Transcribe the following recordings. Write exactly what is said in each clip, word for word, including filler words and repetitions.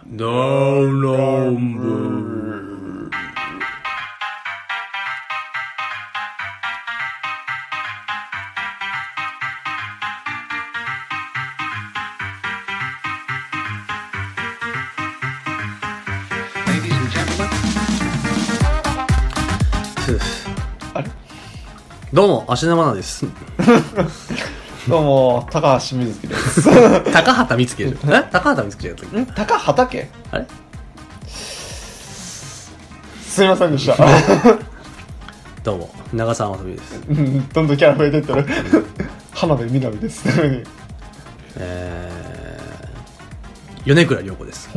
ダンランブあれどうも芦田愛菜ですどうも高橋みずきです高畑充希でしょえ高畑充希じゃなくてん高畑あれすいませんでしたどうも長澤まさみです。 うんどんどんキャラ増えてってる浜辺美波ですえー、米倉涼子です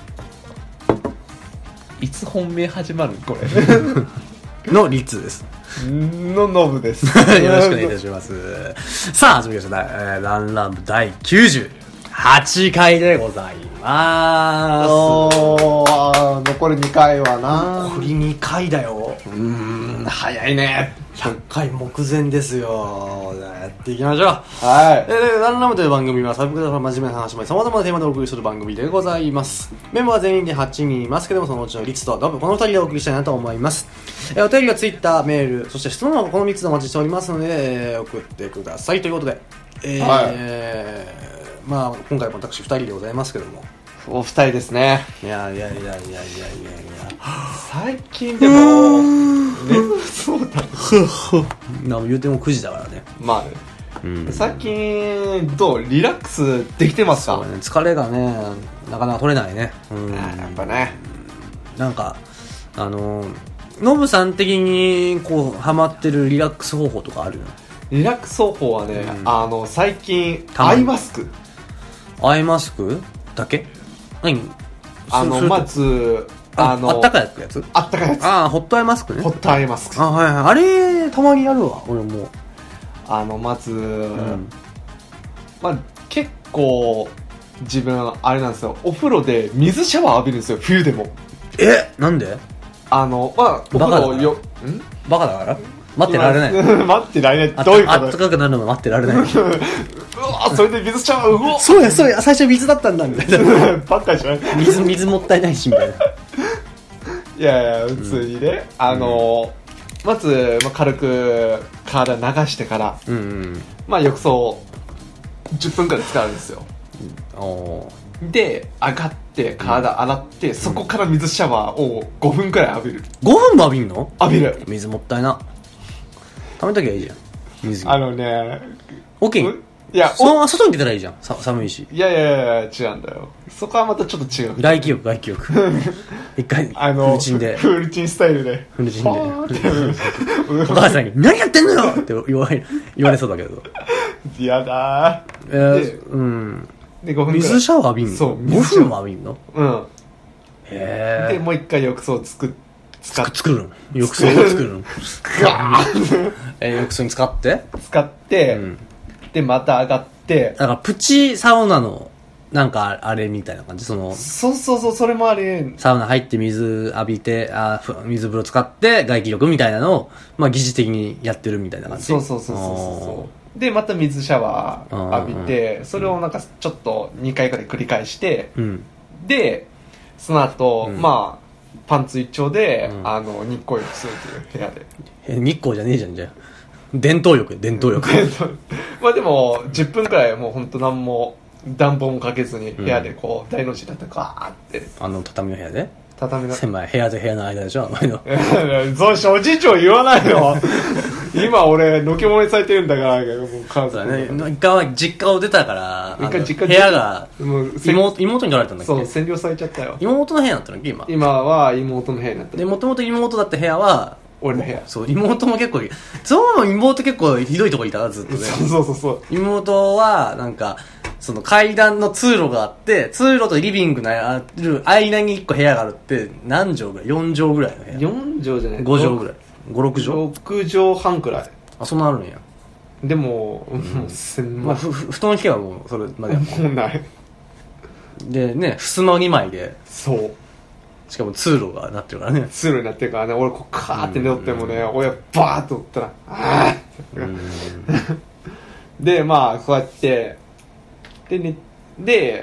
いつ本命始まるこれのリッツですのノブですよろしくお願いいたしますさあ始めました、えー、ランランブだいきゅうじゅうはちかいでございます。 おー残りにかいはな残りにかいだよ。 うーん早いねひゃっかい目前ですよ。やっていきましょう。 はいえー、ランラムという番組はサブクラから真面目な話まで様々なテーマでお送りする番組でございます。メンバーは全員ではちにんいますけども、そのうちのリツとノブ、このふたりでお送りしたいなと思います。えー、お便りはツイッター、メール、そして質問はこのみっつでお待ちしておりますので、えー、送ってくださいということで、えーはいまあ今回も私ふたりでございますけども、 お二人ですね。 いやいやいやいやいやいやいや最近でもねそうだなん言うてもくじだからね。 まあねうん、 最近どうリラックスできてますか？ そうね、疲れがねなかなか取れないね。うん、 やっぱねなんかあのノブさん的にこうハマってるリラックス方法とかあるの？ リラックス方法はね、うん、あの最近アイマスクアイマスクだけ？何？ あのまずああのあったかいやつ？ あったかいやつああホットアイマスクね。 ホットアイマスクあはいはいあれたまにやるわ俺も。 あのまず、うん、まあ結構自分あれなんですよお風呂で水シャワー浴びるんですよ冬でも。 えなんで？ あのまあお風呂よんバカだから待ってられない待ってられないどういうこと？ あったかくなるの待ってられないうわそれで水シャワーうわそうやそうや最初水だったんだみたいなバカじゃない水水もったいないしみたいないやいや普通にね、うん、あのまず、まあ、軽く体流してから、うんうん、まあ浴槽じゅっぷんくらい使うんですよ、うん、おで上がって体洗って、うん、そこから水シャワーをごふんくらい浴びる。 ごふんも浴びんの？ 浴びる。 水もったいな。ためときゃいいじゃん水。 あのねオッケー。いやそのまま外に出たらいいじゃん。さ寒いし。 いやいやいや違うんだよ。そこはまたちょっと違う。 外気浴外気浴一回あのフルチンでフルチンスタイルでフルチンでお母さんに何やってんのよって言われ言われそうだけどやだー、 えー、うんでごふんくらい水シャワー浴びんの？ そうごふんも浴びんの？ うんへえ。 でもう一回浴槽を作っ使っ作るの浴槽を作るのえ浴槽に使って使って、うん、でまた上がってだからプチサウナのなんかあれみたいな感じそのそうそうそうそれもあれサウナ入って水浴びてあ水風呂使って外気浴みたいなのをまあ疑似的にやってるみたいな感じ。 そうそうそうそうそうでまた水シャワー浴びてそれをなんかちょっとにかいくらい繰り返して、うん、でその後、うん、まあパンツ一丁で、うん、あの日光浴するっていう部屋でえ日光じゃねえじゃんじゃあ伝統浴伝統浴まあでもじゅっぷんくらいもう本当何も暖房もかけずに部屋でこう、うん、大の字だったらガーってあの畳の部屋で畳の狭い部屋と部屋の間でしょお前のそう諸事情言わないの今俺のけもりされてるんだからもう関西ね一回実家を出たから一回実家部屋が妹, 妹に取られたんだっけ？ そう占領されちゃったよ。 妹の部屋だったのっけ今今は妹の部屋になったでもともと妹だった部屋は俺の部屋。 そう妹も結構そう妹結構ひどいとこいたなずっとねそうそうそうそう妹はなんかその階段の通路があって通路とリビングのある間にいっこ部屋があるって何畳ぐらいよん畳ぐらいの部屋よん畳じゃないご畳ぐらいご、ろく畳ろく畳半くらいあそんなあるんやでも、うん、もう千まあ、ふ布団引けばもうそれまではもうないでね襖にまいでそうしかも通路がなってるからね通路になってるからね俺こうカーって寝とってもね、うん、親バーッと打ったらあーってでまあこうやってで,、ね、で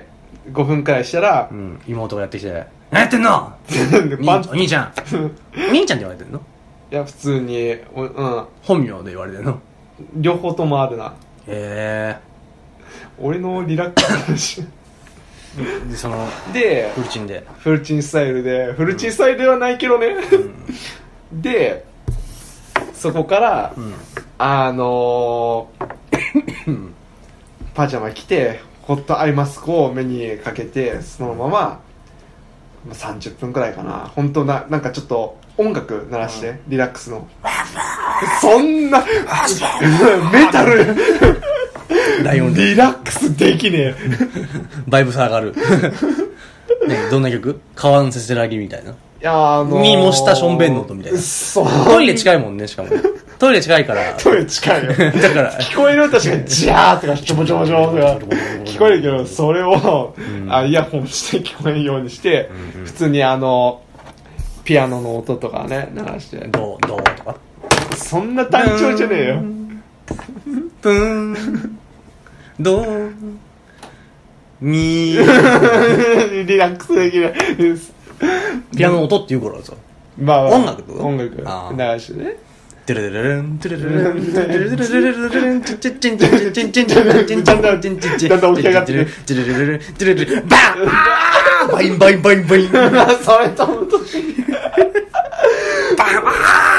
ごふんくらいしたら、 うん、妹がやってきて「何やってんのお兄ちゃんお兄ちゃんって言われてんの？ いや普通にお、うん、 本名で言われてんの？ 両方ともあるな。 へえ。 俺のリラックスの話でそのでフルチンでフルチンスタイルでフルチンスタイルではないけどね、うん、でそこから、うん、あのー、パジャマ着てホットアイマスクを目にかけてそのままさんじゅっぷんくらいかな、本当な、なんかちょっと音楽鳴らして、うん、リラックスのそんなメタルライオンリラックスできねえバイブス上がるね、どんな曲？川のせせらぎみたいな。いやー、あのー、 に模したションベンノートみたいな。トイレ近いもんね、しかもトイレ近いからトイレ近いよだから聞こえる確かにジャーとかちょぼちょぼちょぼとか聞こえるけど、それを、うん、あイヤホンして聞こえるようにして、うんうん、普通にあのピアノの音とかね鳴らしてドードーとかそんな単調じゃねえよプーンドーミーリラックスできないピアノの音って言うからさ、 まあ、 音楽音楽流してねテレレレレンテレレレンテレレレレレンチンチンチンチンチンチンチンチンチンチンだんだん起き上がってるテレレレレンテレレレバンバインバインバインバインそれともとしバン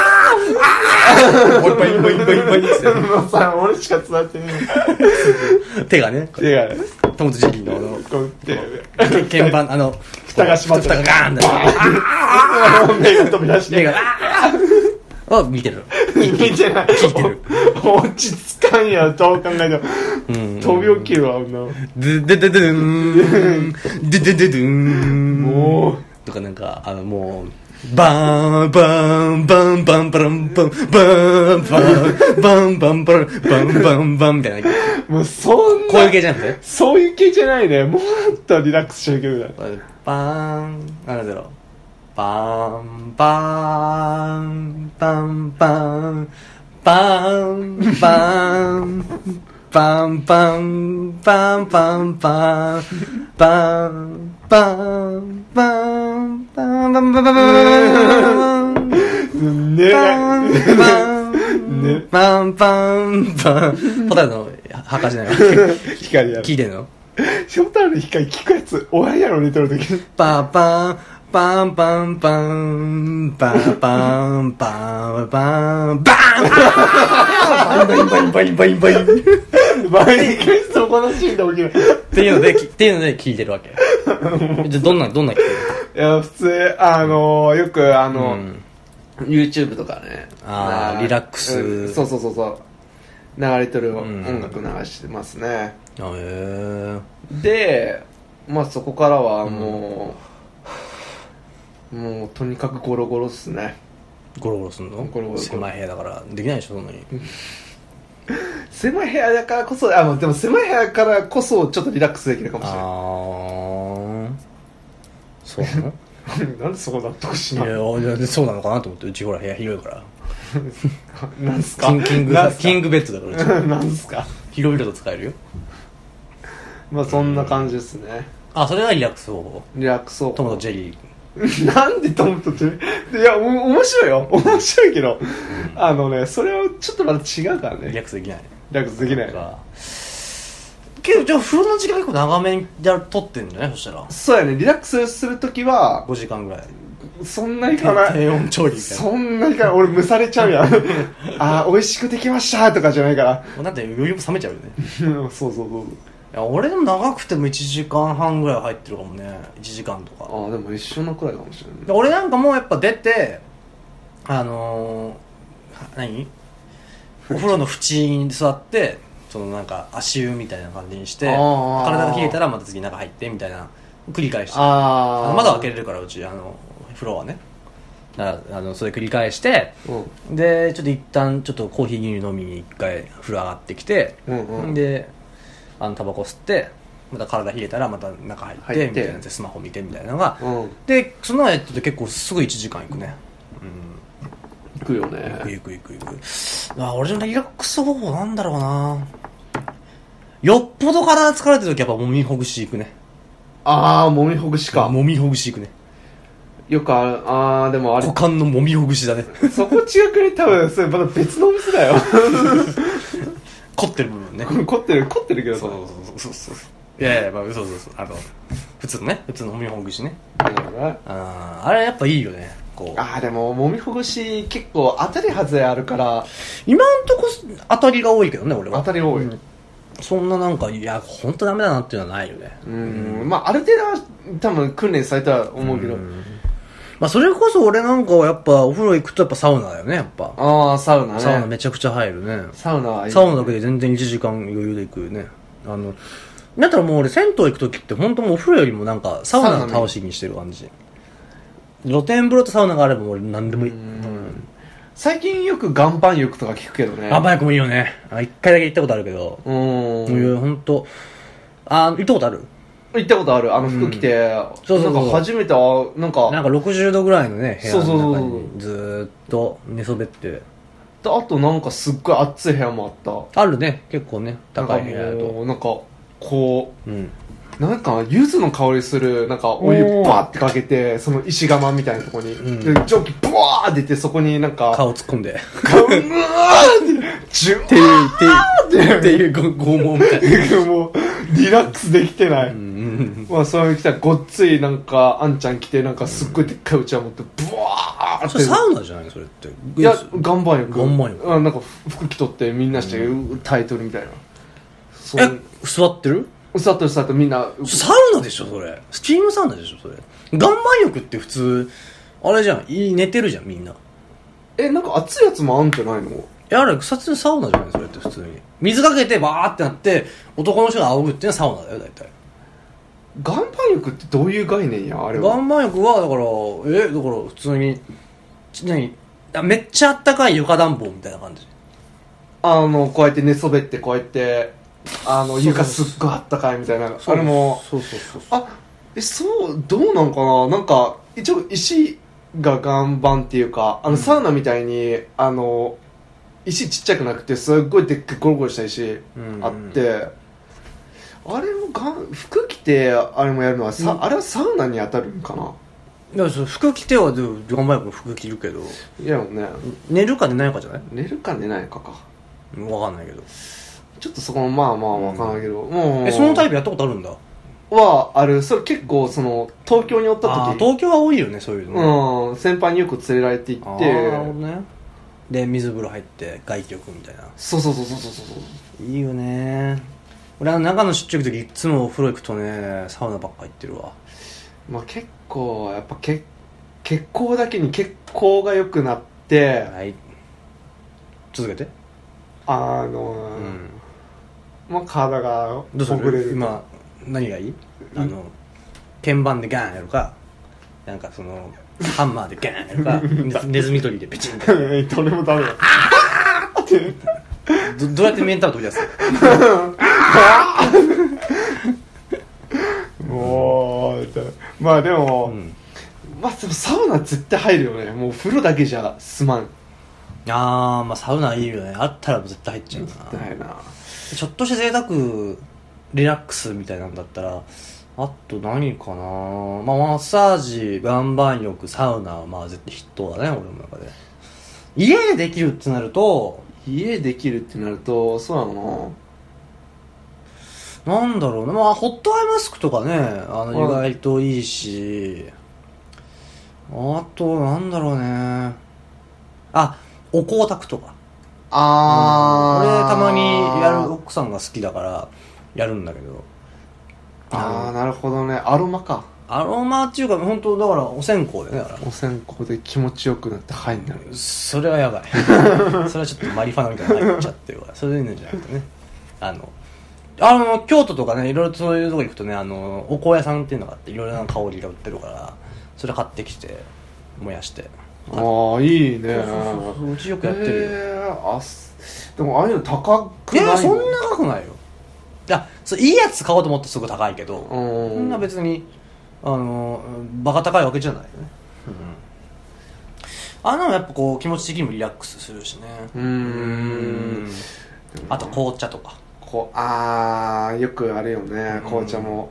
バインバインバインバインもうさ俺しか伝わってね手がね手がねトムとジェリーのあの鍵盤あの蓋が閉まって蓋がガーンって目が飛び出して目があ見てる見てない聞いてる落ち着かんやどう考えても飛び起きるわ女ドゥドゥドゥドゥンドゥドゥドゥドゥンもうとかなんかあのもうバーンバーンバーンバンバランバンバーンバーンバンバンバランバンバンバンみたいなもうそんなこういう系じゃなくてそういう系じゃないねもっとリラックスしてるけどバーンなんだろうバーンバーンバンバンバンバンバンバンバンバンバンバンバンバンバンバンバンバンバンねバンバンバンバンホタルの墓じゃない光や聞いてんのホタルの光聞くやつおややろ寝てる時パンパンパンパンパンパンパンパンパンバーンバインバインバインバインバイン毎回そこのシーンで起きるっていうのでっていうので聞いてるわけじゃあどんなどんな聞いてるいや普通あのよくあの、うん、YouTube とかねああリラックス、 うん、そうそうそうそう流れてる音楽流してますね、 うん、あへえでまあそこからはもう、うん、もうとにかくゴロゴロっすねゴロゴロすんのゴロゴロ狭い部屋だからできないでしょそんなに狭い部屋だからこそあのでも狭い部屋からこそちょっとリラックスできるかもしれないああそうなのなんでそこ納得しないいやいやそうなのかなと思ってうちほら部屋広いからなんすかキンキングキングベッドだからうちなんすか広々と使えるよまあそんな感じですねあそれがリラックス方法リラックス方法トムとジェリーなんでトムとジェリーいやお面白いよ面白いけど、うん、あのねそれはちょっとまた違うからねリラックスできないリラックスできないけどじゃあ風呂の時間結構長めにや取ってんじゃないそしたらそうやねリラックスするときはごじかんぐらいそんなにかない低温調理みたいなそんなにかない俺蒸されちゃうやんあー美味しくできましたとかじゃないからだって余裕も冷めちゃうよねそうそうそういや俺でも長くてもいちじかんはんぐらい入ってるかもねいちじかんとかああでも一緒のくらいかもしれない、ね、 俺なんかもうやっぱ出てあのー、何お風呂の縁に座ってそのなんか足湯みたいな感じにして体が冷えたらまた次中入ってみたいな繰り返してあ窓開けれるからうちあの風呂はねだあのそれ繰り返して、うん、でちょっと一旦ちょっとコーヒー牛乳飲みに一回風呂上がってきて、うんうん、であのタバコ吸ってまた体冷えたらまた中入って入ってみたいなでスマホ見てみたいなのが、 うん、 でそのやってて結構すぐいちじかんいくね、 うん、いくよねいくいくいくいくあ俺のリラックス方法なんだろうなよっぽど体疲れてる時はやっぱもみほぐしいくねああ、もみほぐしか。 もみほぐしいくね。 よくある、ああ、でもあれ。 股間のもみほぐしだね。 そこ近くに多分、それまた別のお店だよ。 凝ってる部分ね。 凝ってる、凝ってるけど。 そうそうそうそう。いやいや、まあ、そうそうそう。あの、普通のね、普通のもみほぐしね。ああれやっぱいいよね。こう。 ああ、でも、もみほぐし結構当たり外れあるから。 今んとこ当たりが多いけどね、俺は。 当たり多い。 うん、そんななんか、いや、ほんとダメだなっていうのはないよね。 うん。うん、まあ、ある程度は多分訓練されたら思うけど。うん、 まあ、それこそ俺なんかはやっぱお風呂行くとやっぱサウナだよね、やっぱ。 ああ、サウナね。 サウナめちゃくちゃ入るね。 サウナはいい、ね。 サウナだけで全然いちじかん余裕で行くよね。あの、だったらもう俺銭湯行くときって本当もうお風呂よりもなんかサウナを倒しにしてる感じ。露天風呂とサウナがあれば俺何でもいい。うん、 最近よく岩盤浴とか聞くけどね。 岩盤浴もいいよね。あ、一回だけ行ったことあるけど。うん。いや、ほんと。あ、行ったことある？ 行ったことある。あの服着て、うん、そうそうそう、なんか初めて、なんかなんかろくじゅうどぐらいのね部屋の中にずーっと寝そべって、 あとなんかすっごい暑い部屋もあった。 あるね、結構ね、高い部屋だとなんかこう、うん、なんか柚子の香りするなんかお湯バーってかけて、その石窯みたいなとこに、うん、で蒸気ブワーって出て、そこになんか顔突っ込んで顔うわーってジュっていうっていう拷問みたいなもうリラックスできてない、うん、まあそういう来たらごっついなんかあんちゃん来てなんかすっごいでっかいうちわ持ってブワーって、 それサウナじゃないそれって。 いや岩盤浴。 岩盤浴、 うん、なんか服着とってみんなして、うん、タイトルみたいな。 え、座ってる？ 座ってる座ってるみんな。 サウナでしょそれ。スチームサウナでしょそれ。岩盤浴って普通あれじゃん、寝てるじゃんみんな。 え、なんか熱いやつもあんじゃないの？ いや、あれ草津サウナじゃないそれって普通に水かけてバーってなって男の人が仰ぐっていうのはサウナだよ大体。 岩盤浴ってどういう概念やあれは。 岩盤浴はだからえだから普通に何めっちゃあったかい床暖房みたいな感じ。 あのこうやって寝そべってこうやってあの床すっごいあったかいみたいな。あれもそうそうそうそう。 あえそうどうなんかな。なんか一応石が岩盤っていうかあのサウナみたいに、うん、あの石ちっちゃくなくてすっごいでっかいゴロゴロした石あって、うん、あれもが服着てあれもやるのはさ、うん、あれはサウナに当たるんかな。 いや服着てはでも岩盤浴の服着るけどいやもんね寝るか寝ないかじゃない。 寝るか寝ないかか分かんないけどちょっとそこもまあまあ分かんないけど、うん、もうえそのタイプやったことあるんだ。 はある。それ結構その東京におった時あ東京は多いよねそういうの、 うん、先輩によく連れられて行って。 なるほどね。で水風呂入って外気浴みたいな。 そうそうそうそうそうそういいよね。俺は長野出張行く時いつもお風呂行くとねサウナばっか行ってるわ。 まあ結構やっぱ血血行だけに血行が良くなって、 はい、続けて。 あの、うん、まあ体がほぐれる。 今何がいい？あの鍵盤でガーンやるかなんかそのハンマーでガーンやるかネズミ捕りでペチンってどれもダメだってど, どうやってメンタル飛び出すもうまあでも、うん、まあでもサウナ絶対入るよね。もう風呂だけじゃ済まん。 あーまあサウナいいよね。あったら絶対入っちゃうな。 絶対な。 ちょっとした贅沢リラックスみたいなんだったらあと何かな。まあマッサージ岩盤浴サウナはまあ絶対筆頭だね俺の中で。家でできるってなると家でできるってなるとそうなのなんだろうね。まあホットアイマスクとかねあの意外といいし、あとなんだろうねあお香炊くとか。ああ、俺たまにやる奥さんが好きだからやるんだけど。 ああなるほどね。アロマか。 アロマっていうか本当だからお線香でね。だからお線香で気持ちよくなってハイになる。 それはやばいそれはちょっとマリファナみたいなの入っちゃってるからそれでいいんじゃなくてね。あのあの京都とかねいろいろそういうとこ行くとねあのお香屋さんっていうのがあっていろいろな香りが売ってるからそれ買ってきて燃やして。 ああいいね。 うちよくやってるよ。 えー、あでもああいうの高くないの？ いやそんな高くないよ。いやそういいやつ買おうと思ってすぐ高いけどそんな別にあのバカ高いわけじゃないよね、うん、あのやっぱこう気持ち的にもリラックスするしね。うーんあと紅茶とかこああよくあるよね、うん、紅茶も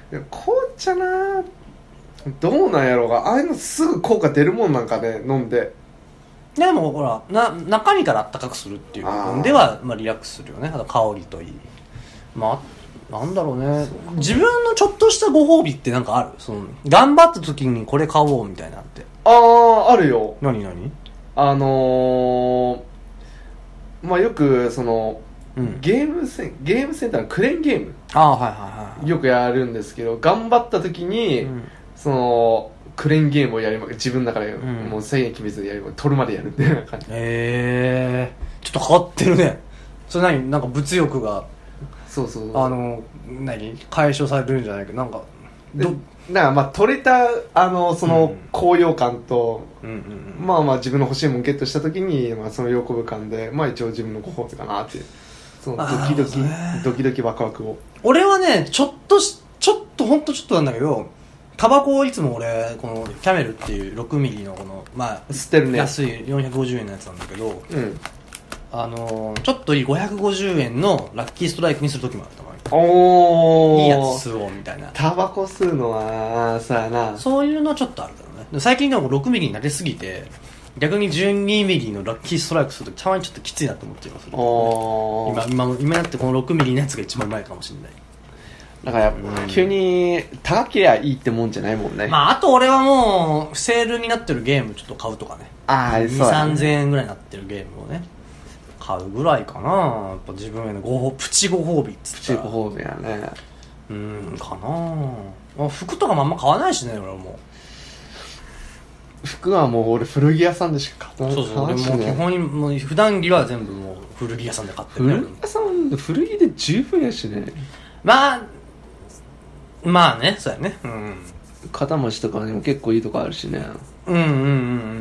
紅茶などうなんやろうが、ああいうのすぐ効果出るもんなんかね、飲んで。 でもほらな中身からあったかくするっていう部分ではまあリラックスするよね。あと香りといい、まあなんだろうね、自分のちょっとしたご褒美ってなんかある？その頑張った時にこれ買おうみたいなって。 ああ、あるよ。 何何？ あのー、まあよくその、うん、ゲームセンゲームセンターのクレーンゲーム、 あ、はいはいはい、 よくやるんですけど、頑張った時に、うん、そのクレーンゲームをやりま自分の中で、うん、もう制限決めずにやりま取るまでやるっていう感じ。へえー、ちょっと変わってるね。それ何なんか物欲がそうそうあの何解消されるんじゃないけど、なんかどなんかまあ取れたあのその高揚感と、うんうんうん、まあまあ自分の欲しいものゲットした時に、まあ、その喜ぶ感で、まあ一応自分のご褒美かなっていう、そのドキドキ、ね、ドキドキワクワクを。 俺はねちょっとしちょっとほんとちょっとなんだけど、タバコをいつも俺このキャメルっていうろくミリのこのまあ吸ってるね、 安いよんひゃくごじゅうえんのやつなんだけど、 うん、 あのー、ちょっといいごひゃくごじゅうえんのラッキーストライクにする時もあったの。 おー、 いいやつ吸おうみたいな。 タバコ吸うのはさやな、 そういうのはちょっとあるだろうね。最近でもろくミリになりすぎて逆にじゅうにミリのラッキーストライクするとたまにちょっときついなと思ってまする、ね、今今今だってこのろくミリのやつが一番うまいかもしれない。 だからやっぱ、うん、急に高けりゃいいってもんじゃないもんね。 まああと俺はもうセールになってるゲームちょっと買うとかね、 ああ、 にせんさんぜんえんぐらいになってるゲームをね買うぐらいかな。やっぱ自分へのごプチご褒美っつったらプチご褒美やね。 うーんかな。服とかもあんま買わないしね俺は。もう服はもう俺古着屋さんでしか買わない。 そうそう、俺もう基本にもう普段着は全部もう古着屋さんで買ってる、ね、 古着屋さん古着で十分やしね。 まあまあね、そうやね、うん、 肩持ちとかにも結構いいとこあるしね。 うんうんうんうん。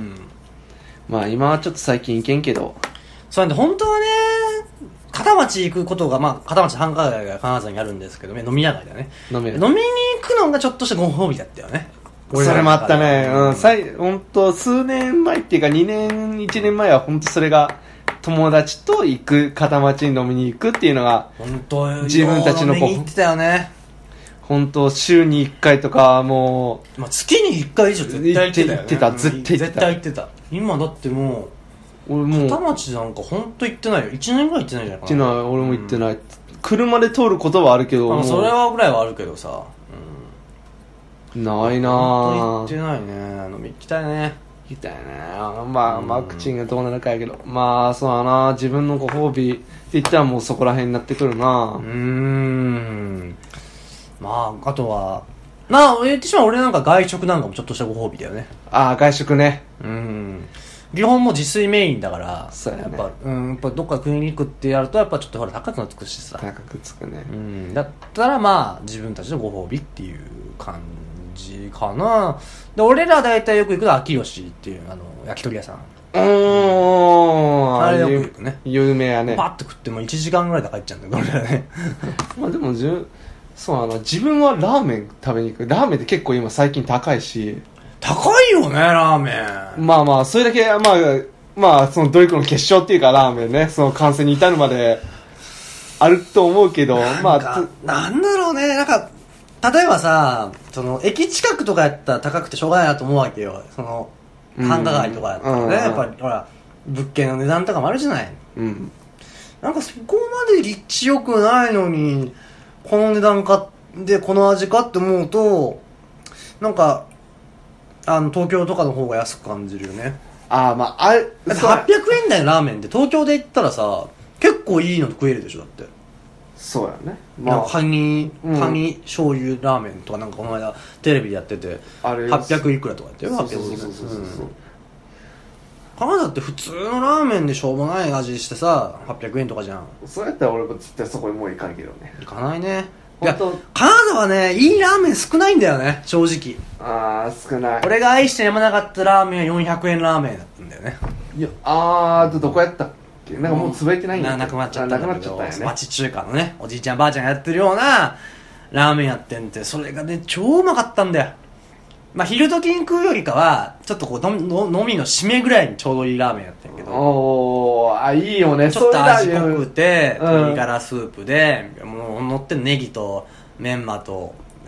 まあ今はちょっと最近行けんけど、 そうなんで本当はね片町行くことが、まあ片町繁華街が金沢にあるんですけどね、飲み屋街だね。飲み飲みに行くのがちょっとしたご褒美だったよね。 それもあったね。うん、最本当数年前っていうかにねんいちねんまえは本当それが友達と行く、片町に飲みに行くっていうのが本当自分たちの飲みに行ってたよね。 本当週にいっかいとかもう、まあ、月にいっかい以上絶対行ってたよね。 行ってた、絶対行ってた。 絶対行ってた。今だってもう俺もう片町なんか本当行ってないよ。いちねんぐらい行ってないんじゃないかな。 行ってない、俺も行ってない、うん、車で通ることはあるけど、 まあ、それはぐらいはあるけどさ、 うん、ないなぁ。 行ってないね。飲み行きたいね。 行きたいね。まあワクチンがどうなるかやけど、まあそうだな、自分のご褒美って言ったらもうそこら辺になってくるな。 うーん、まああとはまあ言ってしまう俺なんか外食なんかもちょっとしたご褒美だよね。 ああ、外食ね。 うん、基本も自炊メインだから、 そうやね、 やっぱ、うん、やっぱどっか食いに行くってやるとやっぱちょっとほら高くなってくるしさ。 高くつくね。 うん、だったらまあ自分たちのご褒美っていう感じかな。で俺ら大体よく行くのは秋吉っていうあの焼き鳥屋さん。 うーん、 あれよく行くね。 有名やね。 パッと食ってもいちじかんぐらいで帰っちゃうんだよ俺らね。 まあでもじゅそうあの自分はラーメン食べに行く。ラーメンって結構今最近高いし。 高いよねラーメン。 まあまあそれだけまあまあその努力の結晶っていうかラーメンね、その完成に至るまであると思うけど、まあなんだろうね、なんか例えばさ、その駅近くとかやったら高くてしょうがないなと思うわけよ。その繁華街とかやったらね、うん、やっぱりほら物件の値段とかもあるじゃない。うん。なんかそこまで立地良くないのにこの値段かでこの味かって思うと、なんかあの東京とかの方が安く感じるよね。 ああ、まああれだってはっぴゃくえん台のラーメンで東京で行ったらさ結構いいの食えるでしょ。だってそうやね。 まあカニ、カニ醤油ラーメンとかなんかこの間テレビでやっててはっぴゃくいくらとかやってよ。 そうそうそうそうそうそう。 カナダって普通のラーメンでしょうもない味してさはっぴゃくえんとかじゃん。 そうやったら俺も絶対そこにもう行かんけどね。 行かないね。いやカナダはねいいラーメン少ないんだよね正直。 ああ少ない。 俺が愛してやまなかったラーメンはよんひゃくえんラーメンだったんだよね。 いやあーどこやったっけ。なんかもう潰れてないんだよ。 なくなっちゃったんだけど、 なくなっちゃったよね。 町中華のねおじいちゃんばあちゃんがやってるようなラーメンやってんって、それがね超うまかったんだよ。まあ昼時に食うよりかはちょっとこう飲みの締めぐらいにちょうどいいラーメンやってんけど、 おーあいいよね。 ちょっと味濃くて鶏ガラスープでもう乗ってるネギとメンマと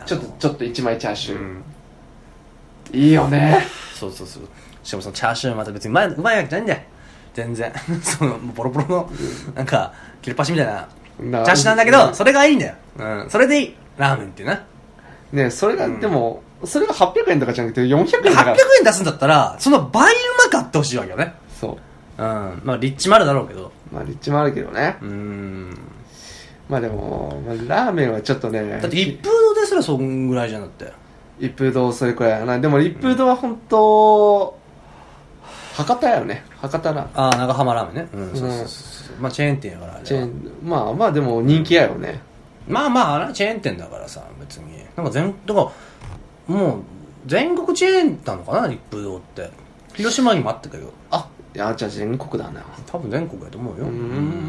ちょっとちょっと一枚チャーシュー、うん、いいよね。 そうそうそう。しかもそのチャーシューまた別にうまいうまいわけじゃないんだよ全然そのボロボロのなんか切れっ端みたいなチャーシューなんだけど、それがいいんだよ、うん、それでいいラーメンっていうな。 ね、それが、うん、でもそれがはっぴゃくえんとかじゃなくてよんひゃくえんだから。 はっぴゃくえん出すんだったらその倍うまくあってほしいわけよね。 そう、 うん、まあリッチもあるだろうけど、 まあリッチもあるけどね。 うーん、 まあでも、まあ、ラーメンはちょっとね、 だって一風堂ですらそんぐらいじゃなくて、 一風堂それくらいやな。でも一風堂は本当、うん、博多やよね。博多な。 ああ、長浜ラーメンね。うん、そうそうそう、まあチェーン店やからあれ。 チェーン、まあまあでも人気やよね。 まあまああれはチェーン店だからさ、別になんか全だからもう全国チェーンなのかな一風堂って。広島にもあったけど。 あ、いやじゃあ全国だな。 多分全国やと思うよ。 うん、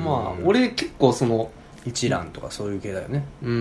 まあ俺結構その一蘭とかそういう系だよね。 うん。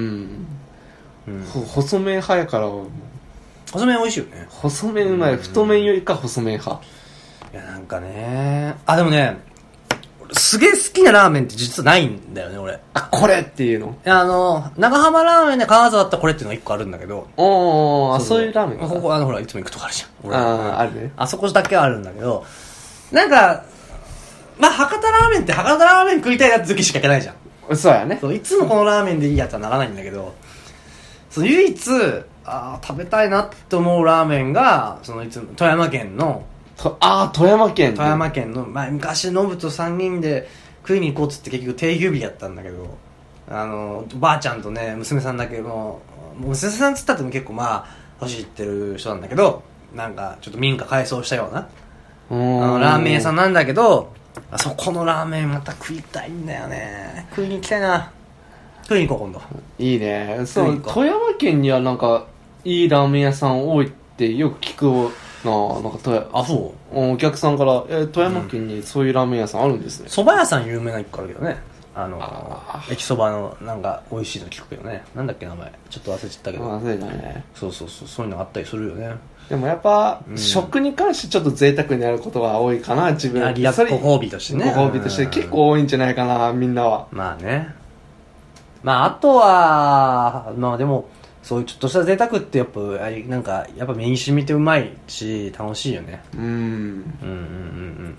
うん、細麺派やから。 細麺美味しいよね。 細麺うまい。太麺よりか細麺派。 いやなんかね、あでもね、すげえ好きなラーメンって実はないんだよね俺。 あ、これっていうの。 あの長浜ラーメンで金沢だったらこれっていうのが一個あるんだけど。 おー、そういうラーメンか。 ここあのほらいつも行くとこあるじゃん。 ああ、あるね。 あそこだけはあるんだけど、なんかまあ博多ラーメンって博多ラーメン食いたいなって時しか行けないじゃん。 そうやね。 そういつもこのラーメンでいいやつはならないんだけど、その唯一あ食べたいなって思うラーメンがそのいつも富山県のとああ富山県富山県の、まあ、昔ノブとさんにんで食いに行こうっつって結局定休日やったんだけど、あのばあちゃんとね娘さんだけど、娘さんっつったっても結構まあ年いってる人なんだけど、なんかちょっと民家改装したようなあのラーメン屋さんなんだけど、あそこのラーメンまた食いたいんだよね。食いに行きたいな。食いに行こう今度。 いいね。そう富山県にはなんかいいラーメン屋さん多いってよく聞くな。なんか富山、 あ、そうお客さんからえ富山県にそういうラーメン屋さんあるんですね。 蕎麦屋さん有名な一個あるけどね。あのあ駅そばのなんか美味しいの聞くけどね。なんだっけ名前ちょっと忘れちゃったけど。 忘れたね。 そうそうそう、そういうのあったりするよね。 でもやっぱ、うん、食に関してちょっと贅沢になることが多いかな自分。 リラックご褒美としてね。 ご褒美として結構多いんじゃないかなみんなは。 まあね。まああとはまあでもそういうちょっとした贅沢ってやっぱなんかやっぱ目に染みてうまいし楽しいよね。 うんうんうんうんうん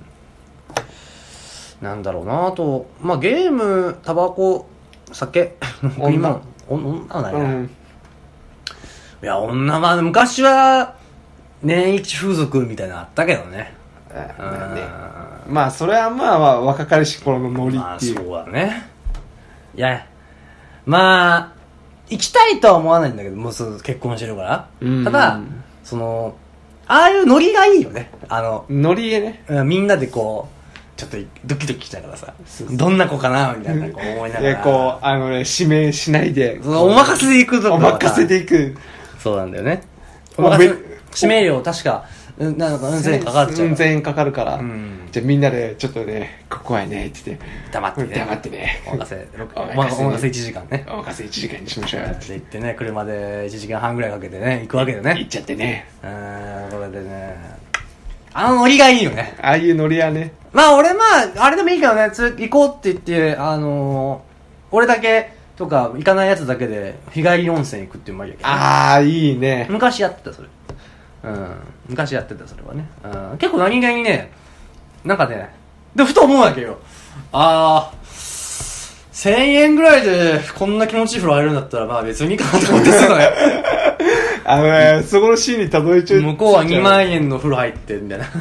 なんだろうな。あとまあゲームタバコ酒飲み物女はないな、うん、いや女は昔は年一風俗みたいなのあったけどね。 あねまあそれはまあまあ若かりし頃のノリっていう、 まあ、そうだね。いやまあ行きたいとは思わないんだけど、もうすぐ結婚してるから、うん、ただそのああいうノリがいいよね。あのノリでね、 みんなでこうちょっとドキドキしながらさ、どんな子かなみたいなこう思いながら、 こうあのね指名しないでそのお任せで行くとか、 お任せで行く。 そうなんだよね。お任せ指名料確かなんかうん千円かかっちゃう。 うん千円かかるから、うん、じゃあみんなでちょっとねここはねって言って黙ってね黙ってねお任せお任せいちじかんねお任せいちじかんにしましょうって言ってね、車でいちじかんはんぐらいかけてね行くわけでね。 行っちゃってね。 うん、これでねあのノリがいいよね。 ああいうノリはね。 まあ俺まああれでもいいけどね、行こうって言ってあのー、俺だけとか行かないやつだけで日帰り温泉行くっていうのもありやけど、ね、 ああいいね。 昔やってたそれ。うん、昔やってたそれはね、うん、結構何気にねなんかねでふと思うわけよ。あーせんえんぐらいでこんな気持ちいい風呂入るんだったらまあ別にいいかなと思ってするのよあのねそこのシーンにたどり着いて向こうはにまんえんの風呂入ってみたいな。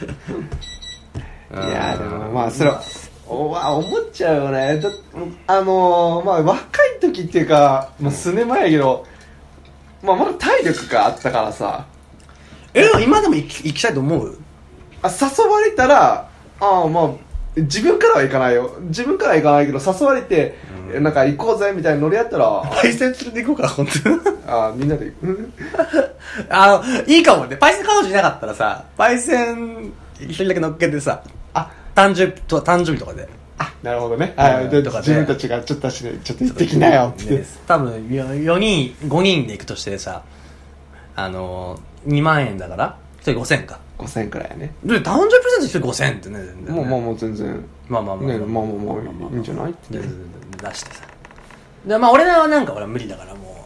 いやでもまあそれはおわ思っちゃうよね。だあのー、まあ若い時っていうか、まあ、数年前やけど、まあ、まだ体力があったからさ。 え今でも行き、行きたいと思う？ あ誘われたらああまあ自分からは行かないよ。自分からは行かないけど誘われて、うん、なんか行こうぜみたいなノリやったらパイセン連れて行こうか本当。 ああみんなで行くあのいいかもね。パイセン彼女いなかったらさパイセン一人だけ乗っけてさあ誕生日と誕生日とかであなるほどね、はい、で自分たちがちょっと足でちょっと行ってきなよって、ね、 多分よにんごにんで行くとしてさあのにまんえんだからひとりごせんかごせんくらいやね。 で誕生日プレゼントひとりごせんってね全然ね。 もうもうもう全然まあまあまあねまあまあまあいいんじゃないって出してさでまあ俺はなんか俺は無理だからもうあ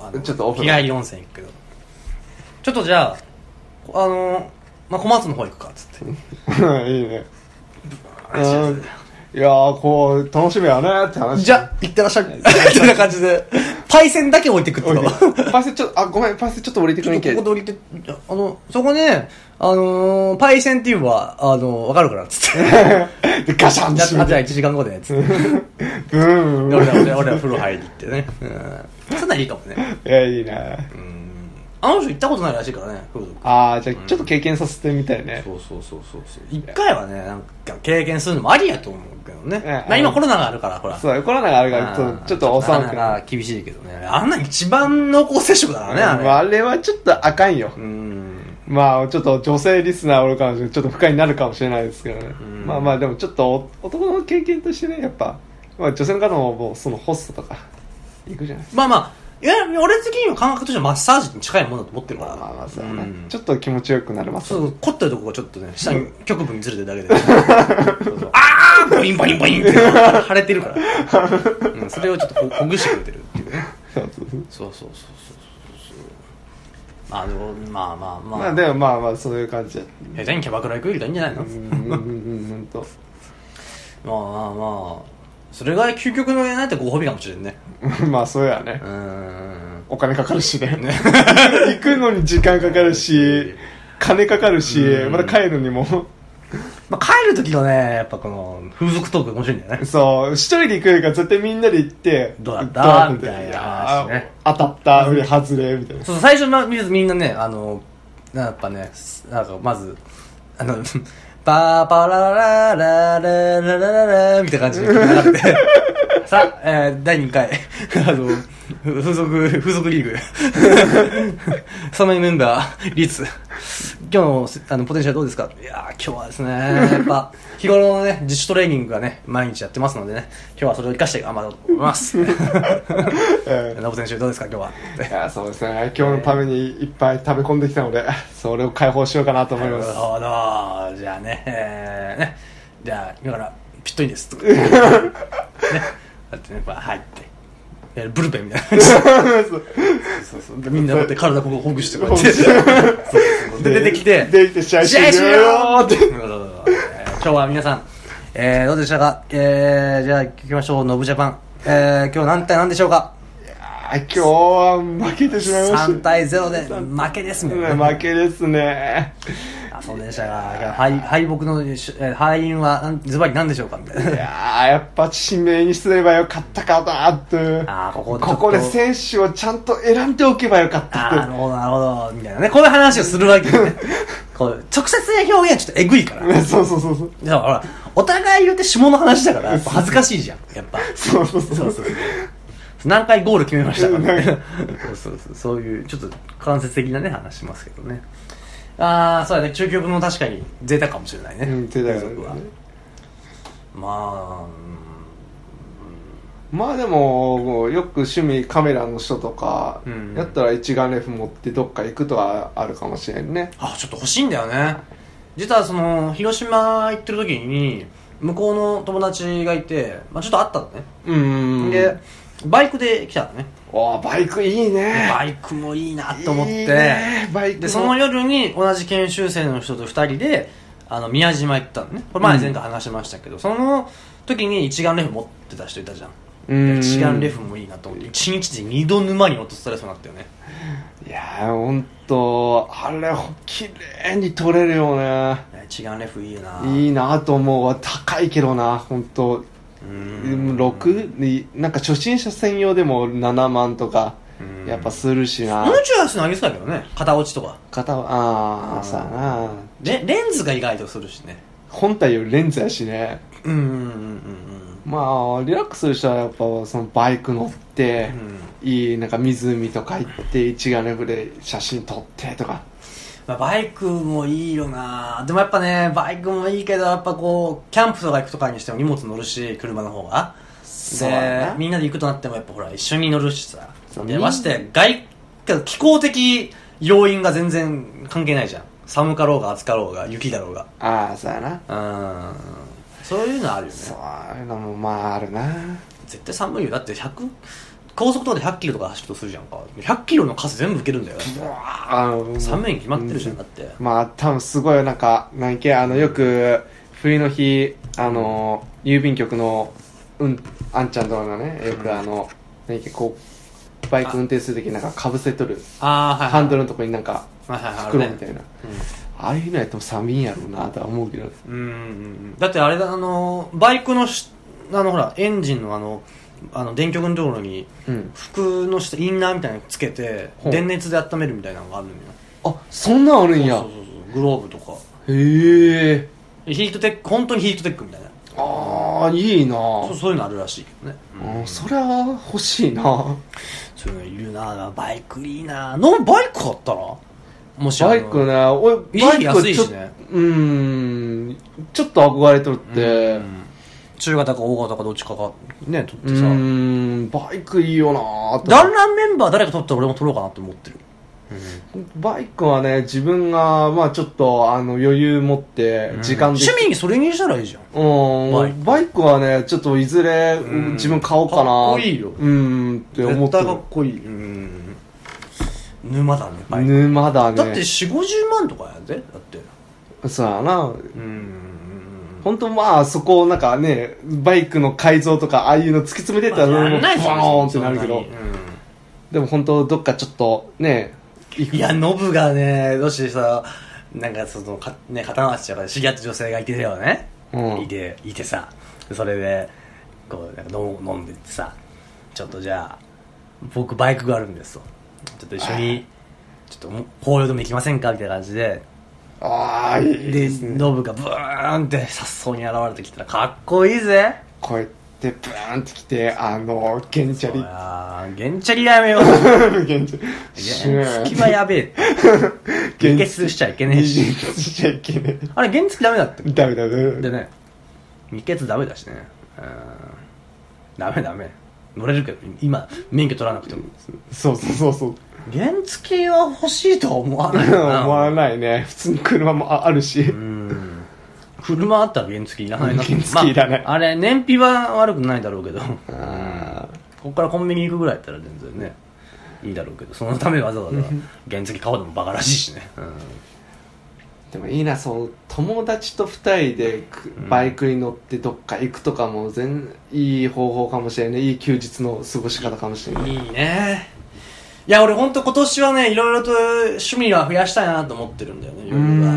あのちょっとオフ日帰り温泉行くけど、ちょっとじゃああのまあ、小松の方行くかっつっていいね。うんいやーこう楽しみやねって話。 じゃあ行ってらっしゃいみたいな感じでパイセンだけ置いてくってことパイセンちょっとあごめんパイセンちょっと降りてくれんけここで降りてあのそこねあのー、パイセンっていうのはあの分かるからっつってでガシャンって閉めてじゃあいちじかんごでっつってブーン俺ら俺ら俺ら風呂入りってね、うん、そんならいいかもね。 いやいいね。 うんあの人行ったことないらしいからね風俗。 ああじゃあちょっと経験させてみたいね、 うん、そうそうそうそうそう一回はねなんか経験するのもありやと思うけどね、 ええまあ、今コロナがあるからほらそうコロナがあるからちょっとちょっと遅くな厳しいけどねあんな一番濃厚接触だからねあれ、 まあ、あれはちょっとあかんよ。 うんまあちょっと女性リスナーおるかもしれないちょっと不快になるかもしれないですけどね、 うんまあまあでもちょっと男の経験としてねやっぱ、まあ、女性の方ももうそのホストとか行くじゃないですか。 まあまあいや俺的には感覚としてはマッサージに近いものだと思ってるからまあまあそうね、 うん、 ちょっと気持ちよくなりますそう、凝ってるとこがちょっとね、下に局部にずれてるだけで。そうそうあーボインボインボインって腫れてるから。うん、それをちょっとほほぐしてくれてるっていうね。そうそうそうそうそう。まあでも、まあまあまあ。 まあでもまあまあそういう感じで。 下手にキャバクラ行くよりいいんじゃないの？ うんうんうんうんと。 まあまあまあ。それが究極のやないとご褒美かもしれんね。 まあそうやね。 うーん。 お金かかるしね。行くのに時間かかるし、金かかるし、また帰るにも。 まあ、帰る時のね、やっぱこの風俗トーク面白いんだよね。 そう、一人で行くよりか絶対みんなで行って、 どうだったみたいな話ね。 当たった、上外れ、みたいな。 そうそう、最初まみんなね、あの、やっぱね、なんかまず、あの、パーパラララララララララみたいな感じで流れて、さあ、えー、だいにかい、あの、風俗、風俗リーグ、サマイメンバー、リツ、今日のあのポテンシャルどうですか？いやー今日はですねやっぱ日頃のね自主トレーニングがね毎日やってますのでね今日はそれを生かして頑張ろうと思いますノブ選手どうですか今日は？ いやそうですね今日のためにいっぱい食べ込んできたのでそれを解放しようかなと思います。 なるほどじゃあね,、えー、ねじゃあ今からピットインですねだってね入ってブルペンみたいな感じそうそうそうみんなこうやって体ここほぐしてこうやってそうそうで出てきて出てきて試合終了よって今日は皆さん、えー、どうでしたか、えー、じゃあ行きましょうノブジャパン、えー、今日何対何でしょうか？ いや今日は負けてしまいました。 さん対ゼロで負けですね。 負けですね。 あそうでしたが敗, 敗北の、えー、敗因はズバリ何でしょうかみたいな。 いやーやっぱ指名にすればよかったかなってあこ こ, ここで選手をちゃんと選んでおけばよかったって。 なるほどなるほどみたいなねこういう話をするわけよねこう直接的表現はちょっとえぐいからそうそうそうそうだからほらお互い言って下の話だからやっぱ恥ずかしいじゃんやっぱそうそうそうそうそう何回ゴール決めましたかねそうそうそうそういうちょっと間接的なね話しますけどね。ああそうだね中極の確かに贅沢かもしれないね、 うん、贅沢だねまあ、 うん、まあでもよく趣味カメラの人とか、うん、やったら一眼レフ持ってどっか行くとはあるかもしれんね。 あちょっと欲しいんだよね。実はその広島行ってる時に向こうの友達がいて、まあ、ちょっと会ったのね。うんでバイクで来たのね。 おバイクいいね。 バイクもいいなと思って、いいね、バイクでその夜に同じ研修生の人とふたりであの宮島行ったのね。これ前前回話しましたけど、うん、その時に一眼レフ持ってた人いたじゃん。うん一眼レフもいいなと思っていちにちでにど沼に落とされそうになったよね。 いやーほんとあれ綺麗に撮れるよね。 一眼レフいいないいなと思うわ。高いけどなほんとろくなんか初心者専用でもななまんとかやっぱするしな。 もうちょい安いのあげてたけどね片落ちとか片ああさあなレレンズが意外とするしね本体よりレンズやしね。うんうんうんうんまあリラックスする人はやっぱそのバイク乗って、うん、いいなんか湖とか行って一眼レフで写真撮ってとか、 まあ、バイクもいいよな。でもやっぱねバイクもいいけどやっぱこうキャンプとか行くとかにしても荷物乗るし車の方がでみんなで行くとなってもやっぱほら一緒に乗るしさでまして外気候的要因が全然関係ないじゃん。寒かろうが暑かろうが雪だろうがああそうやなうんそういうのあるよね。 そういうのもまああるな。 絶対寒いよだってひゃく高速とかでひゃっキロとか走るとするじゃんか。ひゃっキロの数全部受けるんだよ。寒いに決まってるじゃん、だって。 まあ多分すごいなんか何けあのよく冬の日あの郵便局のうんあんちゃんとかがねよくあの何けこうバイク運転するときなんかかぶせとるあ、はいはい、 ハンドルのとこになんかはいはいはい、 袋みたいな、 ね、 うん、ああいうのやっても寒いんやろうなとは思うけど、 うんうん、だってあれだあのバイクのしあのほらエンジンのあのあの電極のところに服の下インナーみたいなのつけて、うん、電熱で温めるみたいなのがあるのよ。 あ、そんなんあるんや。 そうそうそうそう、グローブとか。 へえ。 ヒートテック、本当にヒートテックみたいな。 ああ、いいな。 そう、そういうのあるらしいけどね。 うん、それは欲しいな。 そういうのいるな。バイクいいな。のバイク買ったらもしバイクね、俺バイク安いしね。 うーん、ちょっと憧れとるって。うん、 中型か大型かどっちかがね取ってさ。 うーん、バイクいいよなーと。 団らんメンバー誰か取ったら俺も取ろうかなって思ってる。 うん、バイクはね、自分がまあちょっとあの余裕持って時間で、 うん、趣味にそれにしたらいいじゃん。 うん、バイク、バイクはねちょっといずれ自分買おうかな。かっこいいよ。 うんって思ってる。 絶対かっこいい。うん。沼だね。 バイク沼だね。 だってよんじゅうごじゅうまんとかやで。だって。 そうやな。うん。本当まあそこなんかねバイクの改造とかああいうの突き詰めてたらもうボーンってなるけど、うん、でも本当どっかちょっとねいやノブがねどうしてさなんかそのか、ね、刀町とかで知り合った女性がいてたよね、うん、いていてさそれでこうなんか飲んでってさちょっとじゃあ僕バイクがあるんですとちょっと一緒にちょっと紅葉でも行きませんかみたいな感じでああいいですね。 ノブがブーンってさっそうに現れてきたらかっこいいぜ。 こうやってブーンってきてあのゲンチャリゲンチャリやめようゲンチャリ原付はやべえ原付しちゃいけねえし原付しちゃいけねえあれ原付ダメだってダメダメでね未決ダメだしねうんダメダメ乗れるけど今免許取らなくてもそうそうそうそう原付は欲しいとは思わないな思わないね普通に車もあるしうん車あったら原付いらないな原付いらない、 まあ、あれ燃費は悪くないだろうけどあここからコンビニ行くぐらいやったら全然ねいいだろうけどそのためにわざわざ原付買うのもバカらしいしね、うん、 でもいいなそう友達とふたりでバイクに乗ってどっか行くとかも全いい方法かもしれないいい休日の過ごし方かもしれないいいねいや俺本当今年はねいろいろと趣味は増やしたいなと思ってるんだよね余裕がうん、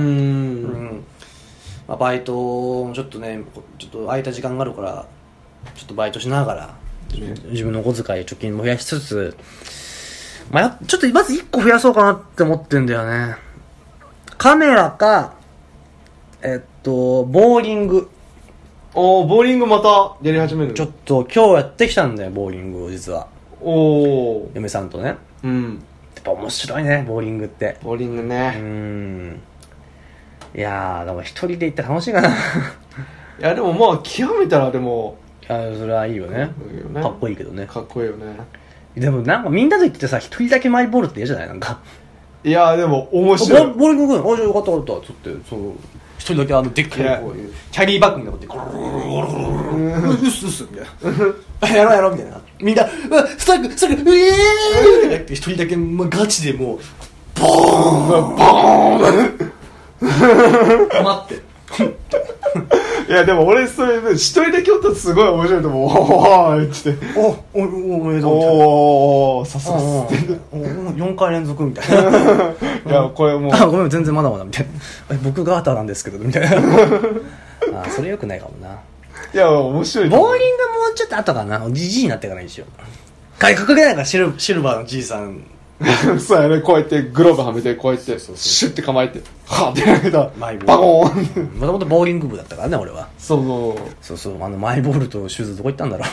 まあ、バイトもちょっとねちょっと空いた時間があるからちょっとバイトしながら自分のお小遣い貯金も増やしつつまあちょっとまずいっこ増やそうかなって思ってんだよねカメラかえっとボーリングおーボーリングまたやり始めるちょっと今日やってきたんだよボーリングを実はお嫁さんとねうんやっぱ面白いねボーリングってボーリングねうんいやーでも一人で行ったら楽しいかないやでもまあ極めたらでもいやそれはいいよね、ね、かっこいいけどねかっこいいよねでもなんかみんなで行ってさ一人だけマイボールって嫌じゃないなんかいやでも面白いボーリング君あじゃあよかったよかったつってそう一人だけあのでっかいこういうキャリーバッグみたいなことでゴロゴロゴロゴロゴロうっすうっすみたいなやろうやろうみたいなみんなストライクストライクうえーって一人だけ、まあ、ガチでもうボーンボーン待っていやでも俺それ一人だけおったらすごい面白いと思うおーってっておおおめでとうおおさすがよんかい連続みたいないやこれもうあごめん全然まだまだみたいな僕がアタなんですけどみたいなあそれよくないかもないや面白いボーリングもうちょっと後かなじじいになってからいいでしょ外角げないからシルシルバーのじいさんそうやねこうやってグローブはめてこうやってシュッて構えてはって投げたマイボールバコーンもともとボーリング部だったからね俺はそうそうそうそうあのマイボールとシューズどこ行ったんだろ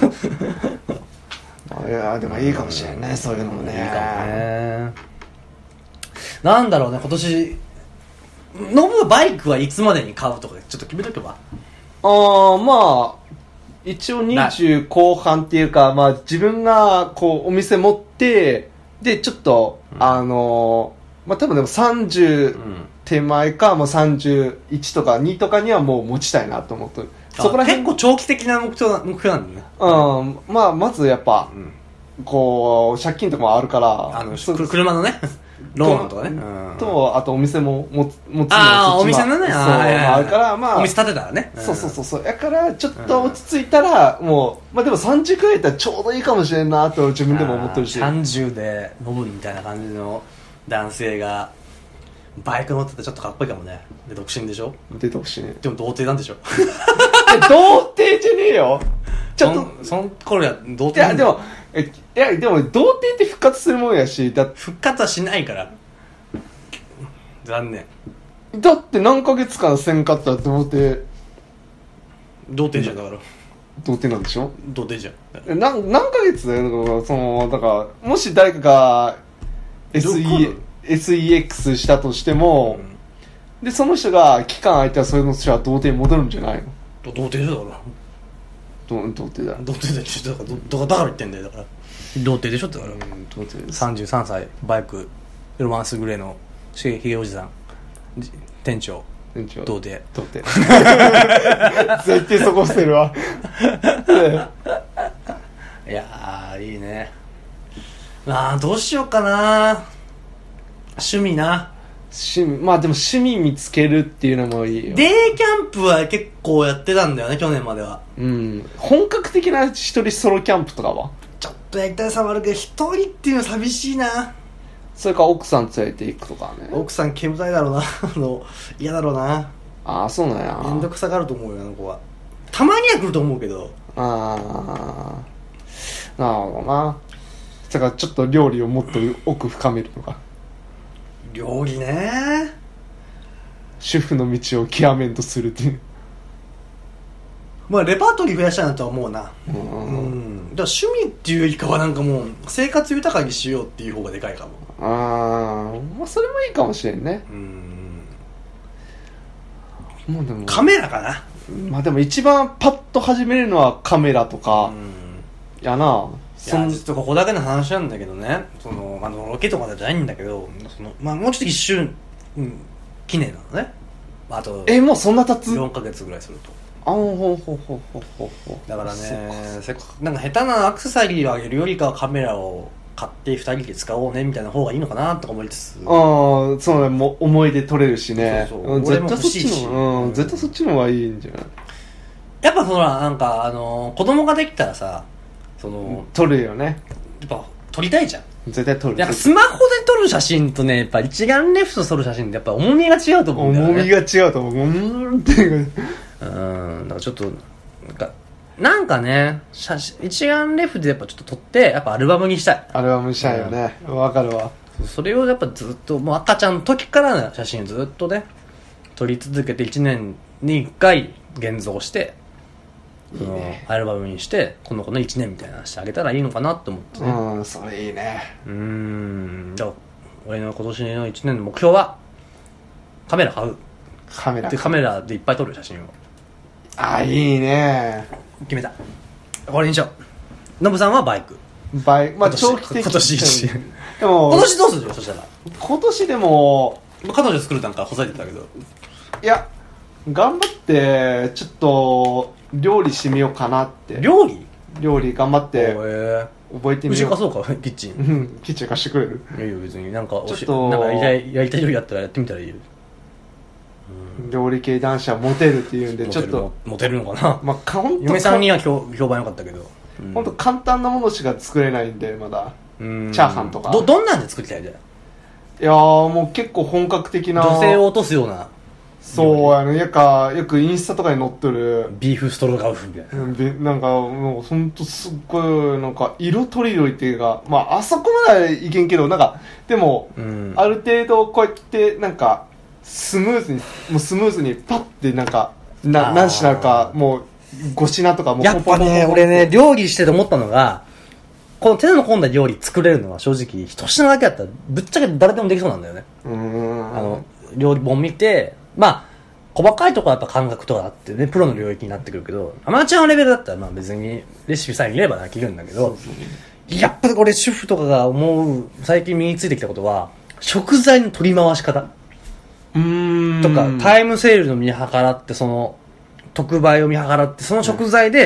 ういやでもいいかもしれないそういうのもねいいかもねなんだろうね今年ノブバイクはいつまでに買うとかちょっと決めとけばああまあ一応にじゅう後半っていうかまあ自分がこうお店持ってでちょっと、うん、あのー、まあ多分でもさんじゅう手前か、もうさんじゅういちとかにとかにはもう持ちたいなと思ってそこら辺結構長期的な目標な目標なんだねうんまあまずやっぱ、 こう借金とかもあるからあの車のねローンとかね、うん、 とあとお店も持つ持つのああお店のねそうあ, あるからまあお店建てたらね、 うん、そうそうそうそうやからちょっと落ち着いたら、うん、もうまあでもさんじゅうくらいだったらちょうどいいかもしれんなと自分でも思ってるしさんじゅうでノブみたいな感じの男性がバイク乗っててちょっとかっこいいかもね。で独身でしょ。 で独身でも童貞なんでしょ。 童貞じゃねえよ。ちょっとそ, その頃や童貞。 いやでもえいやでも童貞って復活するもんやしだ復活はしないから残念。 だって何ヶ月間せんかったら童貞童貞じゃんだから童貞なんでしょ。 童貞じゃん。 何何ヶ月だよ。そのだからもし誰かが エスイーエスイーエックス したとしても、うん、でその人が期間空いたらそれの人は童貞に戻るんじゃないの。 童貞でしょだから童貞だ童貞でしょだからだから言ってんだよだから童貞でしょってだから、うん、童貞です。さんじゅうさんさいバイクロマンスグレーのひげおじさん店長店長童貞童貞絶対そこ捨てるわいやーいいね。あーどうしようかな。趣味な趣味まあでも趣味見つけるっていうのもいいよ。 デイキャンプは結構やってたんだよね去年までは。 うん本格的な一人ソロキャンプとかはちょっとやりたいさもあるけど一人っていうのは寂しいな。 それから奥さん連れて行くとかね。 奥さん煙たいだろうなあの嫌だろうな。 ああそうなんや。 めんどくさがると思うよあの子は。たまには来ると思うけど。 ああなるほどな。だからちょっと料理をもっと奥深めるのか。 料理ね主婦の道を極めんとするっていう。 まあレパートリー増やしたいなとは思うな。 うん、 うん、だから趣味っていうよりかはなんかもう生活豊かにしようっていう方がでかいかも。 ああまあそれもいいかもしれんね。 うんもうでもカメラかな。 まあでも一番パッと始めるのはカメラとかやな。 いやちょっとここだけの話なんだけどねその、まあ、ロケとかじゃないんだけどその、まあ、もうちょっと一瞬、うん、記念なのね。あとえもうそんな経つよんかげつぐらいすると。 あほうほうほうほうほうほう。 だからねせっかくなんか下手なアクセサリーをあげるよりかはカメラを買ってふたりで使おうねみたいな方がいいのかなとか思いつつ。 ああそうねも思い出撮れるしね。 そうそう、 うん、絶対そっちの、うん、絶対そっちの方がいいんじゃない。 やっぱそらなんかあの子供ができたらさその撮るよね。 やっぱ撮りたいじゃん。 絶対撮る。 やっぱスマホで撮る写真とねやっぱ一眼レフと撮る写真ってやっぱ重みが違うと思うんだよね。 重みが違うと思う。うんっていううんだからちょっとなんかなんかね写真一眼レフでやっぱちょっと撮ってやっぱアルバムにしたい。 アルバムにしたいよね。わ、うん、かるわ。 それをやっぱずっともう赤ちゃんの時からの写真をずっとね撮り続けていちねんにいっかい現像していいね、アルバムにしてこの子のいちねんみたいなのしてあげたらいいのかなって思ってね。 うんそれいいね。 うーんだから俺の今年のいちねんの目標はカメラ買う。 カメラでカメラでいっぱい撮る写真を。 あいいね決めた。これにしよう。ノブさんはバイクバイクまあ長期的今年一でも今年どうするよそしたら。 今年でも彼女作るなんかほざいてたけどいや頑張ってちょっと料理してみようかなって。 料理料理頑張って覚えてみよう。 うち貸そうかキッチン。 うんキッチン貸してくれる。 いやいや別になんかちょっとなんかやりたいやりたい料理やったらやってみたらいいよ。 うん、料理系男子はモテるっていうんでちょっとモテるのかな。 まあ嫁さんには評判良かったけど本当、うん、簡単なものしか作れないんでまだうんチャーハンとかど, どんなんで作りたいじゃん。いやーもう結構本格的な女性を落とすような。 そうやね。やかよくインスタとかに載ってるビーフストロガノフみたいな、 うん、なんかもうほんとすっごいなんか色とりどりっていうかまああそこまではいけんけどなんかでも、うん、ある程度こうやってなんかスムーズにもうスムーズにパッてなんかな何品かもうご品とかもうやっぱね俺ね料理してて思ったのがこの手の込んだ料理作れるのは正直一品だけだったらぶっちゃけ誰でもできそうなんだよね。うーんあの料理本見てまあ細かいところはやっぱ感覚とかあってねプロの領域になってくるけどアマチュアのレベルだったらまあ別にレシピさえ見ればできるんだけどやっぱり俺主婦とかが思う最近身についてきたことは食材の取り回し方うーんとかタイムセールの見計らってその特売を見計らってその食材で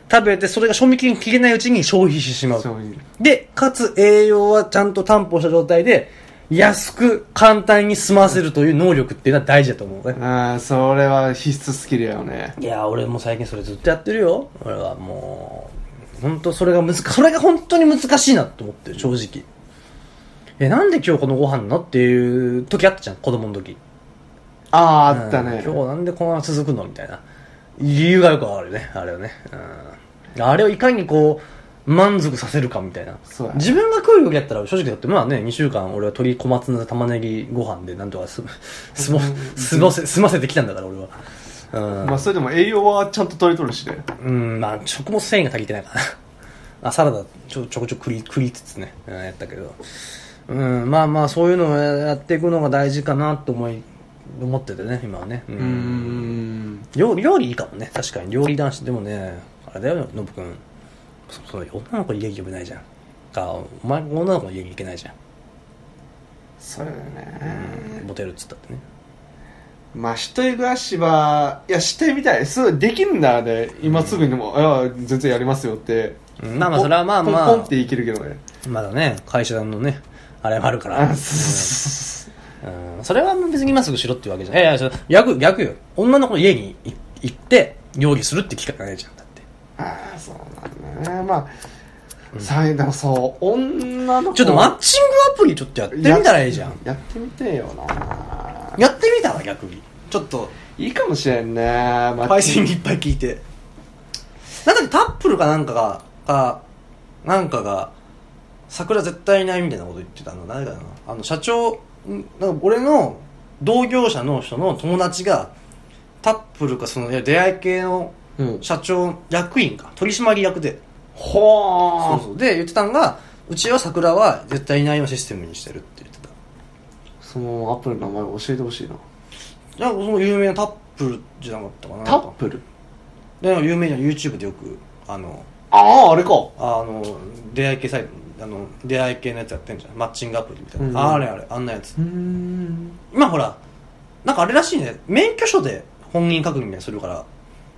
食べてそれが賞味期限切れないうちに消費してしまう。で、かつ栄養はちゃんと担保した状態で、安く簡単に済ませるという能力っていうのは大事だと思うね。 ああ、それは必須スキルやよね。 いや、俺も最近それずっとやってるよ。俺はもう、本当それが難、それが本当に難しいなと思ってる、正直。え、なんで今日このご飯のっていう時あったじゃん、子供の時。 ああ、あったね。 今日なんでこんな続くのみたいな。理由がよくあるね、あれはね。うん、あれをいかにこう、満足させるかみたいな。 そうや、 自分が食うよりやったら正直だってまあねにしゅうかん俺は鶏小松菜玉ねぎご飯でなんとかすすもすませ済ませてきたんだから俺は。うん、 まあそれでも栄養はちゃんと取れとるしね。 うんまあ食物繊維が足りてないからあサラダちょちょこちょこ食い食いつつね、うん、やったけど、うんまあまあそういうのをやっていくのが大事かなと思い思っててね今はね。うん、うーん料理料理いいかもね確かに料理男子でもねあれだよノブ君。そそう女の子に家に呼べないじゃんかお前女の子の家に行けないじゃんそうだよね、 うん、モテるっつったってねまあ一人暮らしはいやしてみたいすぐできるんだらね今すぐにも、うん、いや全然やりますよって、 うん、まあまあそれはまあまあポンポンっていけるけどねまだね会社のねあれもあるから、うん、それは別に今すぐしろっていうわけじゃんいやいや逆逆よ女の子の家に行って料理するって機会がないじゃんだってああそうなんだねまあ、うん、さでもそう女の子ちょっとマッチングアプリちょっとやってみたらいいじゃん や, やってみてよなやってみたら逆にちょっといいかもしれんねパイセンいっぱい聞いてなんだっけタップルかなんかがかなんかが桜絶対いないみたいなこと言ってたの誰かなあの社長なんか俺の同業者の人の友達がタップルかそのいや出会い系の社長、うん、役員か取締役でほーそうそうで言ってたのがうちは桜は絶対いないようなシステムにしてるって言ってたそのアプリの名前教えてほしいななんかその有名なタップルじゃなかったかなタップルで有名な YouTube でよくあのあああれかあの出会い系サイトあの出会い系のやつやってんじゃんマッチングアプリみたいな、うん、あ, あれあれあんなやつうん今ほらなんかあれらしいね免許証で本人確認みたいにするから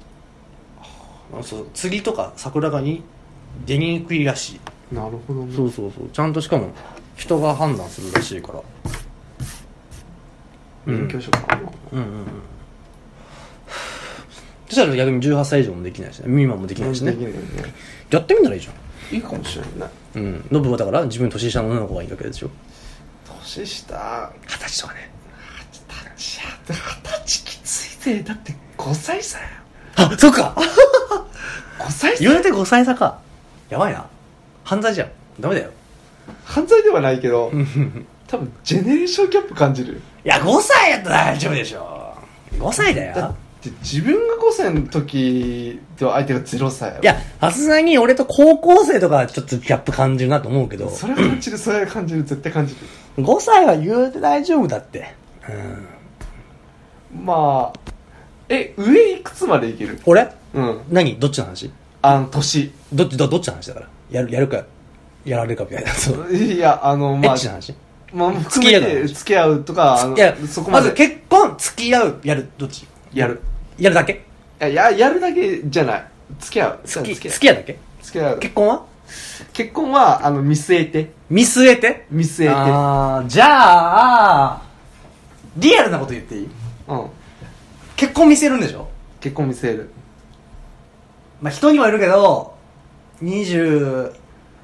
そう釣りとか桜がに出にくいらしいなるほどねそうそうそうちゃんとしかも人が判断するらしいから免許証かなうんうんうんそしたら逆にじゅうはっさい以上もできないしねミニマムもできないしね、ね、やってみたらいいじゃんいいかもしれないうんノブはだから自分年下の女の子がいいわけですよ年下二十歳とかね二十歳やって二十歳きついぜだってごさい差よあそっかごさい差言われてごさい差かやばいな犯罪じゃんダメだよ犯罪ではないけど多分ジェネレーションギャップ感じるいやごさいやったら大丈夫でしょごさいだよだって自分がごさいの時では相手がゼロさいやろいやさすがに俺と高校生とかはちょっとギャップ感じるなと思うけどそれは感じるそれは感じる絶対感じるごさいは言うて大丈夫だってうんまあえ上いくつまでいける俺うん何どっちの話あの年どっちどどっちの話だからやるやるかやられるかみたいなそういやあのまあエッチな話まあ含めて付き合うとかあのいやそこまでまず結婚付き合うやるどっちやるやるだけいやややるだけじゃない付き合う付き付き合うだけ付き合う結婚は結婚はあの見据えて見据えて見据えてあーじゃあリアルなこと言っていいうん結婚見据えるんでしょ結婚見据えるまあ人にもいるけどにじゅう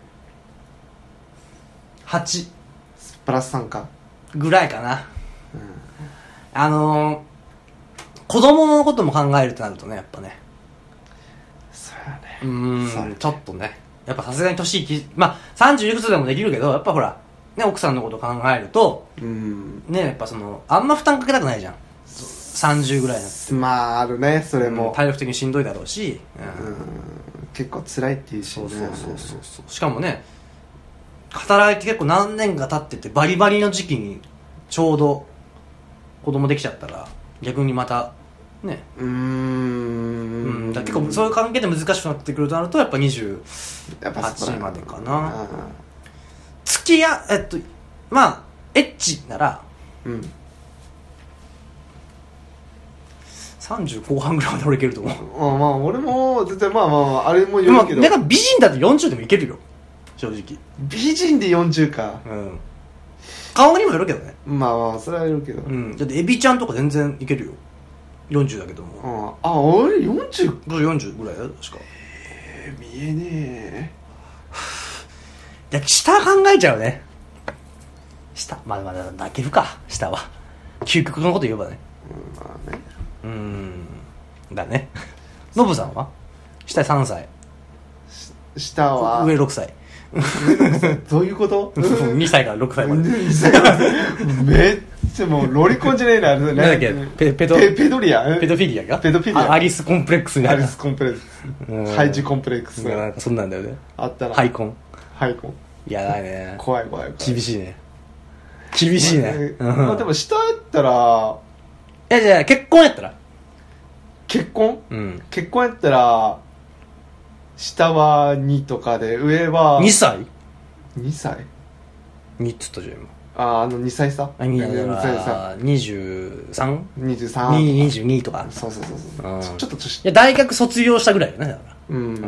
はちプラスさんかぐらいかな、うん、あのー、子供のことも考えるとなるとねやっぱねそうやねうーんちょっとねやっぱさすがに年いきまあさんじゅういくつでもできるけどやっぱほらね奥さんのこと考えるとうんねやっぱそのあんま負担かけたくないじゃんさんじゅうぐらいになってまああるねそれも、 うん、体力的にしんどいだろうし、 うん、結構辛いっていうし、ね、 そうそうそうそうそうしかもね働いて結構何年か経っててバリバリの時期にちょうど子供できちゃったら逆にまたねうーん、うん、だ結構そういう関係で難しくなってくるとなるとやっぱにじゅうはちまでかな付き合えっとまあエッチなら、うん、 さんじゅう後半ぐらいまで俺いけると思う。 あまあ俺も絶対まあまああれも言うけど、 だから美人だってよんじゅうでもいけるよ正直。 美人でよんじゅうか。 うん顔にもよるけどね。 まあまあそれはいるけど、 うん、だってエビちゃんとか全然いけるよよんじゅうだけども。 ああ俺よんじゅうよんじゅうぐらいだよ確か。 えー、見えねえ。いや下考えちゃうね。下まだまだ泣けるか下は。究極のこと言えばね。 うんまあねうーんだね。ノブさんは下さんさい、 下は上ろくさい。 どういうことにさいからろくさいまで。 にさいからめっちゃもうロリコンじゃねえな。なんだっけペペドペペドリアペドフィギュアがペドフィギュアアリスコンプレックスみたいな。 アリスコンプレックスハイジコンプレックスなんかそんなんだよね。 あったな。 ハイコンハイコンやだね。 怖い怖い怖い厳しいね厳しいね。 まあ、まあ、でも下やったらいやじゃあ結婚やったら結婚うん結婚やったら下はにとかで上はにさいにさいにっつったじゃん今。 ああのにさい差あにさいにじゅうさんにじゅうさんにじゅうにとか。 そうそうそうそう、うん、ちょちょっと年いや大学卒業したぐらいよねだからうん、 うん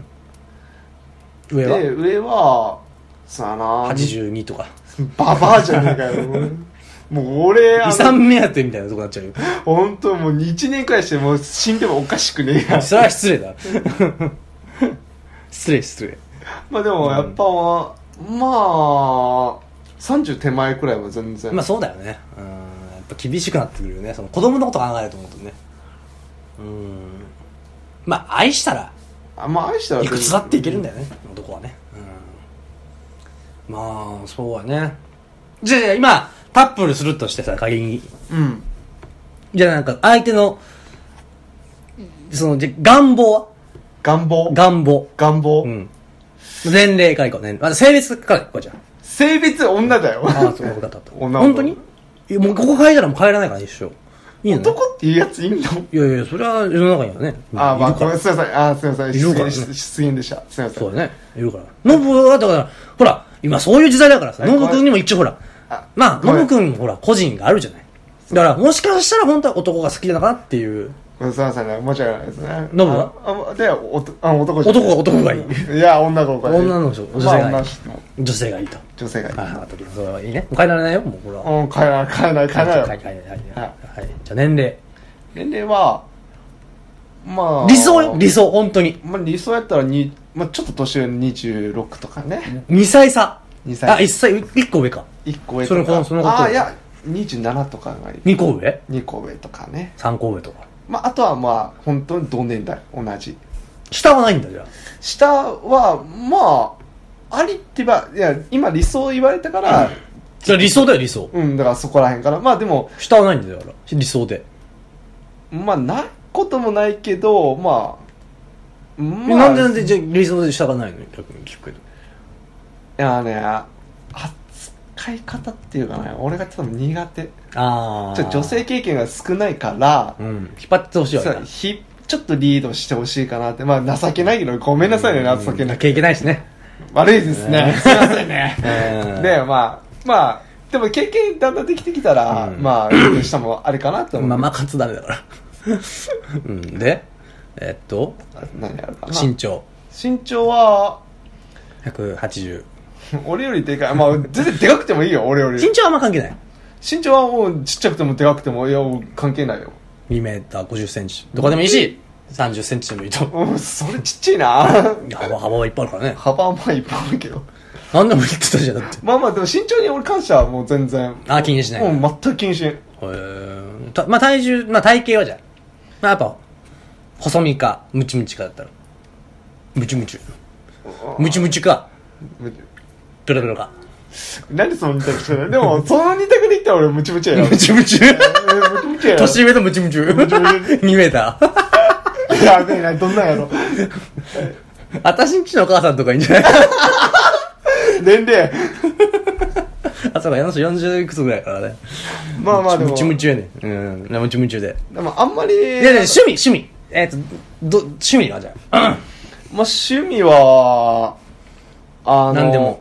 上はで上はさあなはちじゅうにとか。 ババアじゃねえかよもう俺遺産目当てみたいなとこなっちゃうよ。 本当もういちねんくらいしてもう死んでもおかしくねえやそれは失礼だ。失礼失礼。 まあでもやっぱ、うん、まあさんじゅう手前くらいは全然まあそうだよね。うんやっぱ厳しくなってくるよねその子供のこと考えると思うとね。うんまあ愛したらあまあ愛したらいくつだっていけるんだよね男はね。うんまあそうはね。じゃあ今タップルするとしてさ仮にうんじゃあなんか相手のそのじ願望は願望願望願望、 うん、年齢からいこうね。あ性別からいこうじゃん。 性別女だよ。 ああそう分かった女本当にいやもうここ変えたらもう変えらないから一緒いいの、ね、 男っていうやついんの？ いやいやそれは世の中にはね。 ああまあごめんすいません。ああすいませんいるから、ね、 失言でしたすいません。 そうだねいるからノブはだからほら今そういう時代だからさノブ君にも一応ほらまあノブ君もほら個人があるじゃない。だからもしかしたら本当は男が好きなのかなっていう。 すいませんね申し訳ないですね。 ノブはあでおあ男じゃ男が男がいいいや女の子がいい女の子女性がいい、まあ、女性がいいと女性がいいああそれはいいね変えられないよもうこれはうん変えない変えない変えないよ変えない変えないはい、はい、じゃあ年齢年齢はまあ理想よ理想本当にまあ理想やったらに、まあ、ちょっと年上のにじゅうろくとかねにさい差にさいあいっさいいっこ上かいっこ上とかそのそのことあいやにじゅうななとかがいいにこ上にこ上とかねさんこ上とかまああとはまあ本当に同年代同じ下はないんだじゃあ下はまあありってばいや今理想言われたから、うん、 じゃあ理想だよ理想うんだからそこらへんからまあでも下はないんだよだから理想でまあないこともないけどまあ、まあ、 なんでなんでじゃあ理想で下がないの逆に聞くけどいやね扱い方っていうかね俺がちょっと苦手ああちょ女性経験が少ないから、 うん、引っ張ってほしいわけひちょっとリードしてほしいかなってまあ情けないけどごめんなさいね、うん、情けない経験ないしね悪いですね、すいませんねでまあまあでも経験だんだんできてきたら、うん、まあ下もあれかなと思うまあまあ勝つだめだからうんでえっと何あるかな身長身長はひゃくはちじゅう俺よりでかいまあ全然でかくてもいいよ俺より身長はあんま関係ない身長はもうちっちゃくてもでかくてもいや関係ないよにメーターごじゅっセンチとかでもいいしさんじゅっセンチでもいいとうんそれちっちゃいな幅幅はいっぱいあるからね幅はまあいっぱいあるけど何でも言ってたじゃんだってまあまあでも身長に俺関してはもう全然あ気にしないもう全く気にしないへえまあ体重まあ体型はじゃあまあやっぱ細身かムチムチかだったらムチムチムチムチかペロペロか何その二択してるでもその二択で言ったら俺ムチムチやよムチムチ年上のムチムチにメーターやべえなどんなんやろ私んちのお母さんとかいいんじゃない年齢あそうかあの人よんじゅういくつぐらいからねまあまあでもムチムチやねうんムチムチででもあんまりいやいや趣味趣味えっとど趣味はじゃあ、うん、 まあ趣味はあの何でも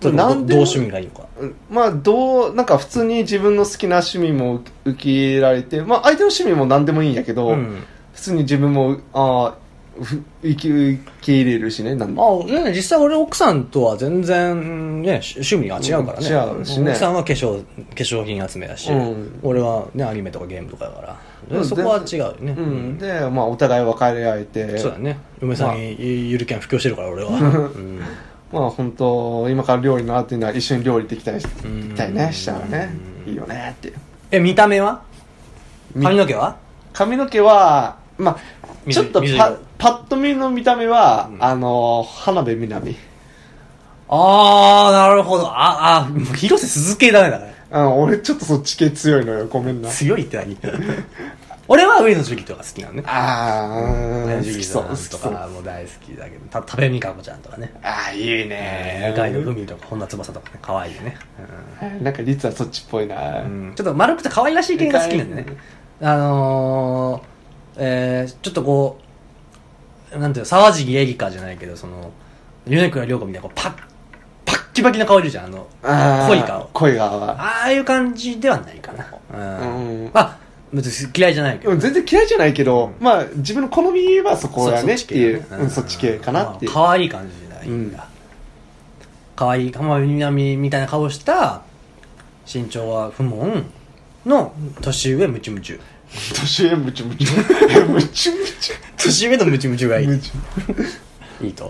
なんでどう趣味がいいのか。 まあどうなんか普通に自分の好きな趣味も受け入れられて、まあ相手の趣味も何でもいいんやけど、うん、普通に自分もあ受け受け入れるしね。なんあね実際俺奥さんとは全然ね趣味が違うからね。 違うしね。 奥さんは化粧化粧品集めだし、うん、俺はねアニメとかゲームとかだから。そこは違うよね、 うん、で、まあ、お互い分かり合えてそうだね嫁さんにゆるキャン布教してるから俺は、うん、 まあ本当今から料理のっていうのは一緒に料理できたりたいねしたらねいいよねっていう。 え見た目は髪の毛は髪の毛はまあちょっとパパッと見の見た目は、うん、あの花辺美波。 ああなるほど。ああ広瀬すず系ダメだね。 うん、俺ちょっとそっち系強いのよ。ごめんな。 強いって何俺は上野樹里とか好きなのね。 ああ上野樹里さんとかも大好きだけど、た食べみかこちゃんとかね。 ああいいね。 二階の海とか本田翼とかね可愛いよね、 うん、なんか実はそっちっぽいな、 うん、ちょっと丸くて可愛らしい系が好きなんでね。あのー、えー、ちょっとこうなんていうの沢尻エリカじゃないけどその米倉涼子みたいなこうパッパッキバキな顔いるじゃんあのあ濃い顔濃い顔はああいう感じではないかな。うん、うん、まあ別に嫌いじゃないけど全然嫌いじゃないけど、うん、まあ自分の好みはそこやねっていう そ, そ, ね、うん、そっち系かなっていう、 まあ、可愛い感じじゃないんだ、うん、可愛い浜辺美波みたいな顔した身長は不問の年上ムチムチ年上ムチムチムチムチ年上のムチムチがいいいいと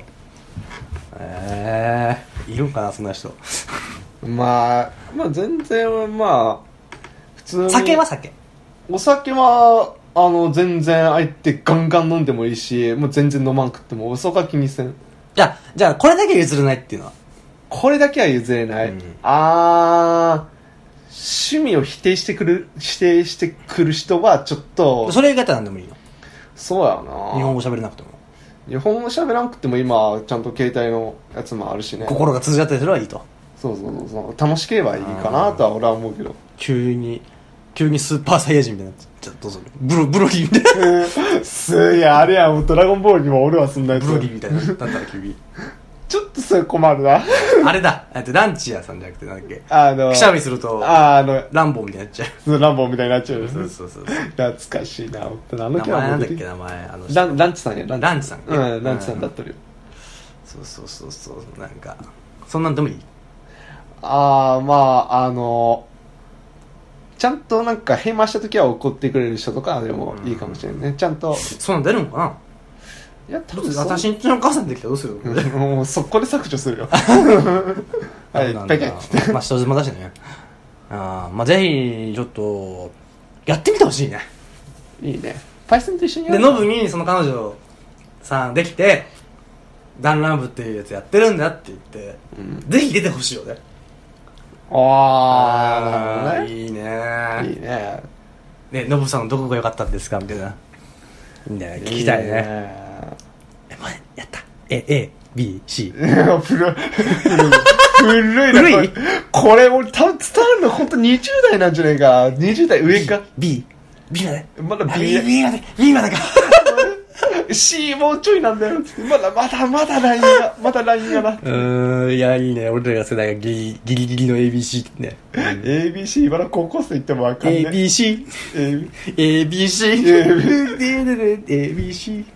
えー、いるんかなそんな人まあまあ全然まあ普通に酒は酒お酒はあの全然相手ガンガン飲んでもいいしもう全然飲まんくっても嘘が気にせん。 じゃあじゃあこれだけ譲れないっていうのはこれだけは譲れない、うん、あー趣味を否定してくる否定してくる人はちょっとそれ以外だったら何でもいいの。 そうやな日本語喋れなくても日本語喋らなくても今ちゃんと携帯のやつもあるしね心が通じ合ったりすればいいと。 そうそうそうそう楽しければいいかなとは俺は思うけど急に急にスーパーサイヤ人みたいになっちゃったどうぞブロブロリーみたいなすげえあれやんドラゴンボールにもおるわそんなやつブロリーみたいなだったら急ちょっとそれ困るなあれだランチ屋さんじゃなくてなんだっけあのくしゃみするとああのランボーみたいになっちゃうランボーみたいになっちゃうそうそうそう懐かしいなあの名前なんだっけ名前あのランランチさんやランチさんうんランチさんだったるよそうそうそうそうなんかそんなんでもいい。 ああまああのちゃんとなんかヘマした時は怒ってくれる人とかでもいいかもしれないね、うん、ちゃんとそんなん出るのかな。いや多分私んちのお母さんできたらどうするのもう速攻で削除するよはいペケまあ人妻だしねあまあぜひちょっとやってみてほしいね。 いいねパイセンと一緒にやるでノブにその彼女さんできてダンランブっていうやつやってるんだって言って、うん、ぜひ出てほしいよね。 ああなるほどね。 いいねいいねねノブさんのどこが良かったんですかみたいないいんだよ聞きたいね。いいねえ前やったえ A B C 古い古い古いな古いこれ俺多分伝わるの本当にじゅう代なんじゃないかにじゅう代上か B B までまだ B, B まで B までか C もうちょいなんだよまだまだまだラインがまだラインがなうーんいやいいね俺らが世代がギリギリギリの エービーシー ってね、 うん、エービーシー 今の高校生言ってもわかんないエービーシー エービーシー エービーシー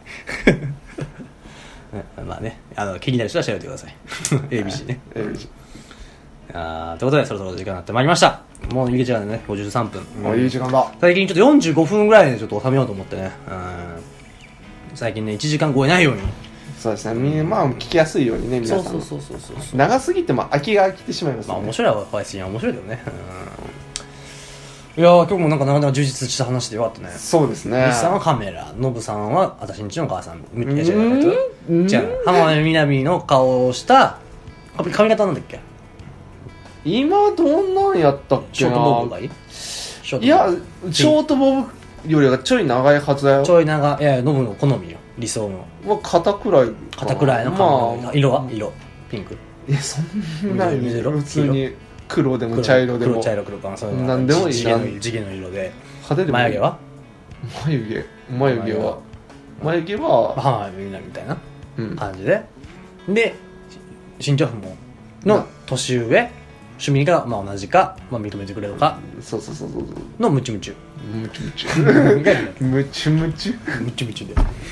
まあねあの気になる人は調べてくださいエービーシー ね エービーシー あーということでそろそろ時間になってまいりました。もう逃げちゃうねごじゅうさんぷんもういい時間だ。 最近ちょっとよんじゅうごふんぐらいでちょっと収めようと思ってねうん最近ねいちじかん超えないようにそうですねまあ聞きやすいようにね皆さんそうそうそうそうそう長すぎても飽きが来てしまいますね。 まあ面白いは配信は面白いけどねうんいや今日もなんかなかなか充実した話でよかったね。 そうですね。 西さんはカメラノブさんは私んちの母さん違う違う違う浜辺美波の顔をした髪型なんだっけ今どんなんやったっけな。 ショートボブがいいいやショートボブよりはちょい長いはずだよ。 ちょい長いいやノブの好みよ理想の、 まあ、肩くらい肩くらいの髪、まあ、色は色ピンクいやそんなに普通に黒でも茶色でも黒茶色黒かそういうの何でもいいな地毛の色で派手でも眉毛は眉毛眉毛は眉毛は浜辺美波みたいな感じで、うん、で身長もの年上、趣味がまあ同じか、まあ、認めてくれるか、 そうそうそうそうのムチムチムチムチムチムチムチムチで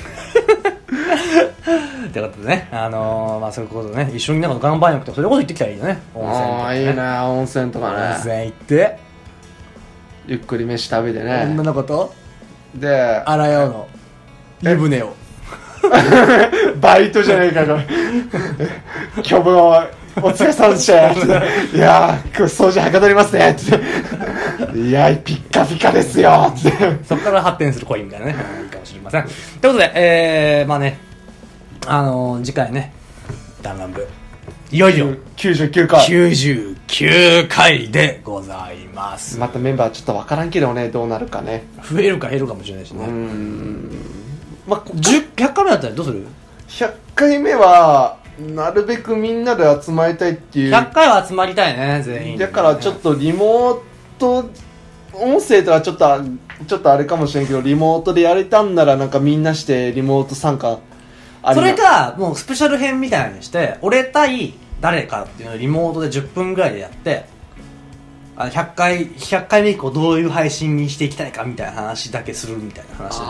ってことでね、あのー、まあそういうことでね、一緒になんか岩盤浴とかそういうこと行ってきたらいいよね。温泉とか、ね、 ああいいね、温泉とかね、 温泉行ってゆっくり飯食べてね、 女の子とで洗い合うの湯船をバイトじゃねえかこれ今日もお疲れ様でしたいやー掃除はかどりますねっていやーピッカピカですよってそこから発展する恋みたいなね、いいかもしれません。ということで、えー、まあね、あのー、次回ね、弾丸部いよいよきゅうじゅうきゅうかいきゅうじゅうきゅうかいでございます。 またメンバーちょっと分からんけどね、どうなるかね、 増えるか減るかもしれないしね。 うーん、まあ、 ひゃっかいめだったらどうする？ ひゃっかいめはなるべくみんなで集まりたいっていう、 ひゃっかいは集まりたいね、全員、ね、 だからちょっとリモート音声とはちょっとちょっとあれかもしれんけど、リモートでやれたんならなんかみんなしてリモート参加ありな、 それかもうスペシャル編みたいにして俺対誰かっていうのをリモートでじゅっぷんぐらいでやって、あひゃっかいひゃっかいめ以降どういう配信にしていきたいかみたいな話だけするみたいな話だよね。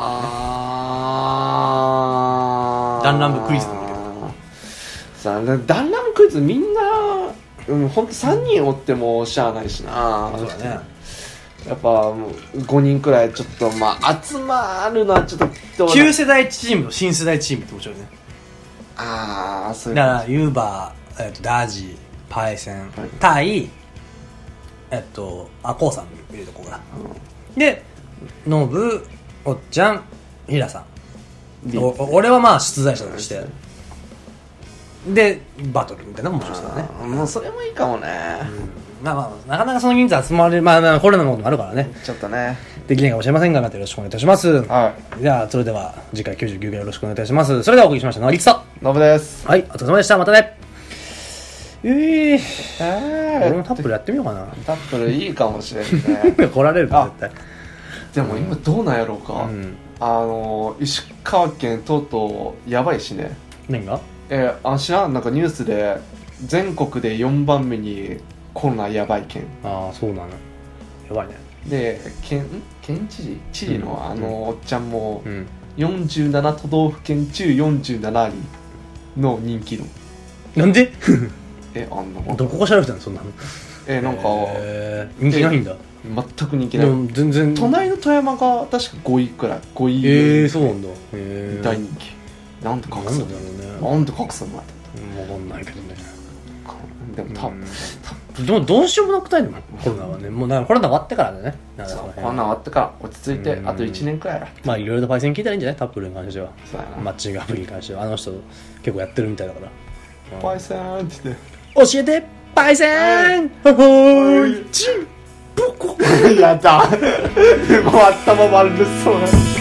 あー弾丸部クイズでもいいけどさあ弾丸部クイズみんな、うん、ほんとさんにんおってもしゃあないしな。 そうだね、 やっぱもうごにんくらいちょっとまあ集まるのはちょっと旧世代チームと新世代チームって面白いね。 ああそういうだからユーバー、えっと、ダージパイセン、はい、対えっとあコウさん見るとこが、うん、でノブおっちゃんヒラさん、お俺はまあ出題者としてでバトルみたいなのも面白そうだね。 もうそれもいいかもね、 うん、まあまあなかなかその人数集まれる、まあ、まあコロナのこともあるからね、 ちょっとねできないかもしれませんが、またよろしくお願いいたします。 はい、 じゃあそれでは次回きゅうじゅうきゅうかいよろしくお願いいたします。それではお送りしましたのはリツとノブです。 はい、お疲れ様でした。またね。えー、 えー、 俺もタップルやってみようかな。 タップルいいかもしれんね来られるか絶対。 でも今どうなんやろうか、うん、あの石川県とうとうやばいしね。 何が？ えー、あ知らん、なんかニュースで全国でよんばんめにコロナやばい県。 ああそうなの、やばいね。 で県県知事知事のあの、うん、おっちゃんも、うん、よんじゅうなな都道府県中よんじゅうななにの人気の。 なんで？ えあんなどこか調べたのそんなの。 えなんか、 えー、人気ないんだ。 全く人気ない。 全然隣の富山が確かごいくらい、ごい。 えー、そうなんだ。えー、大人気。なんで隠すの？なんで隠すの？ 分かんないけどね。 でも多分でもどうしようもなくないのコロナはね。もうだからコロナ終わってからだね。 そうコロナ終わってから落ち着いてあといちねんくらいや。 まあいろいろとパイセン聞いたらいいんじゃない？タップルに関しては。 そうやな。 マッチングアプリに関してはあの人結構やってるみたいだから。 パイセンって言って教えてパイセン。ほほーいチンポコ。 やだ。もう頭悪そうだ。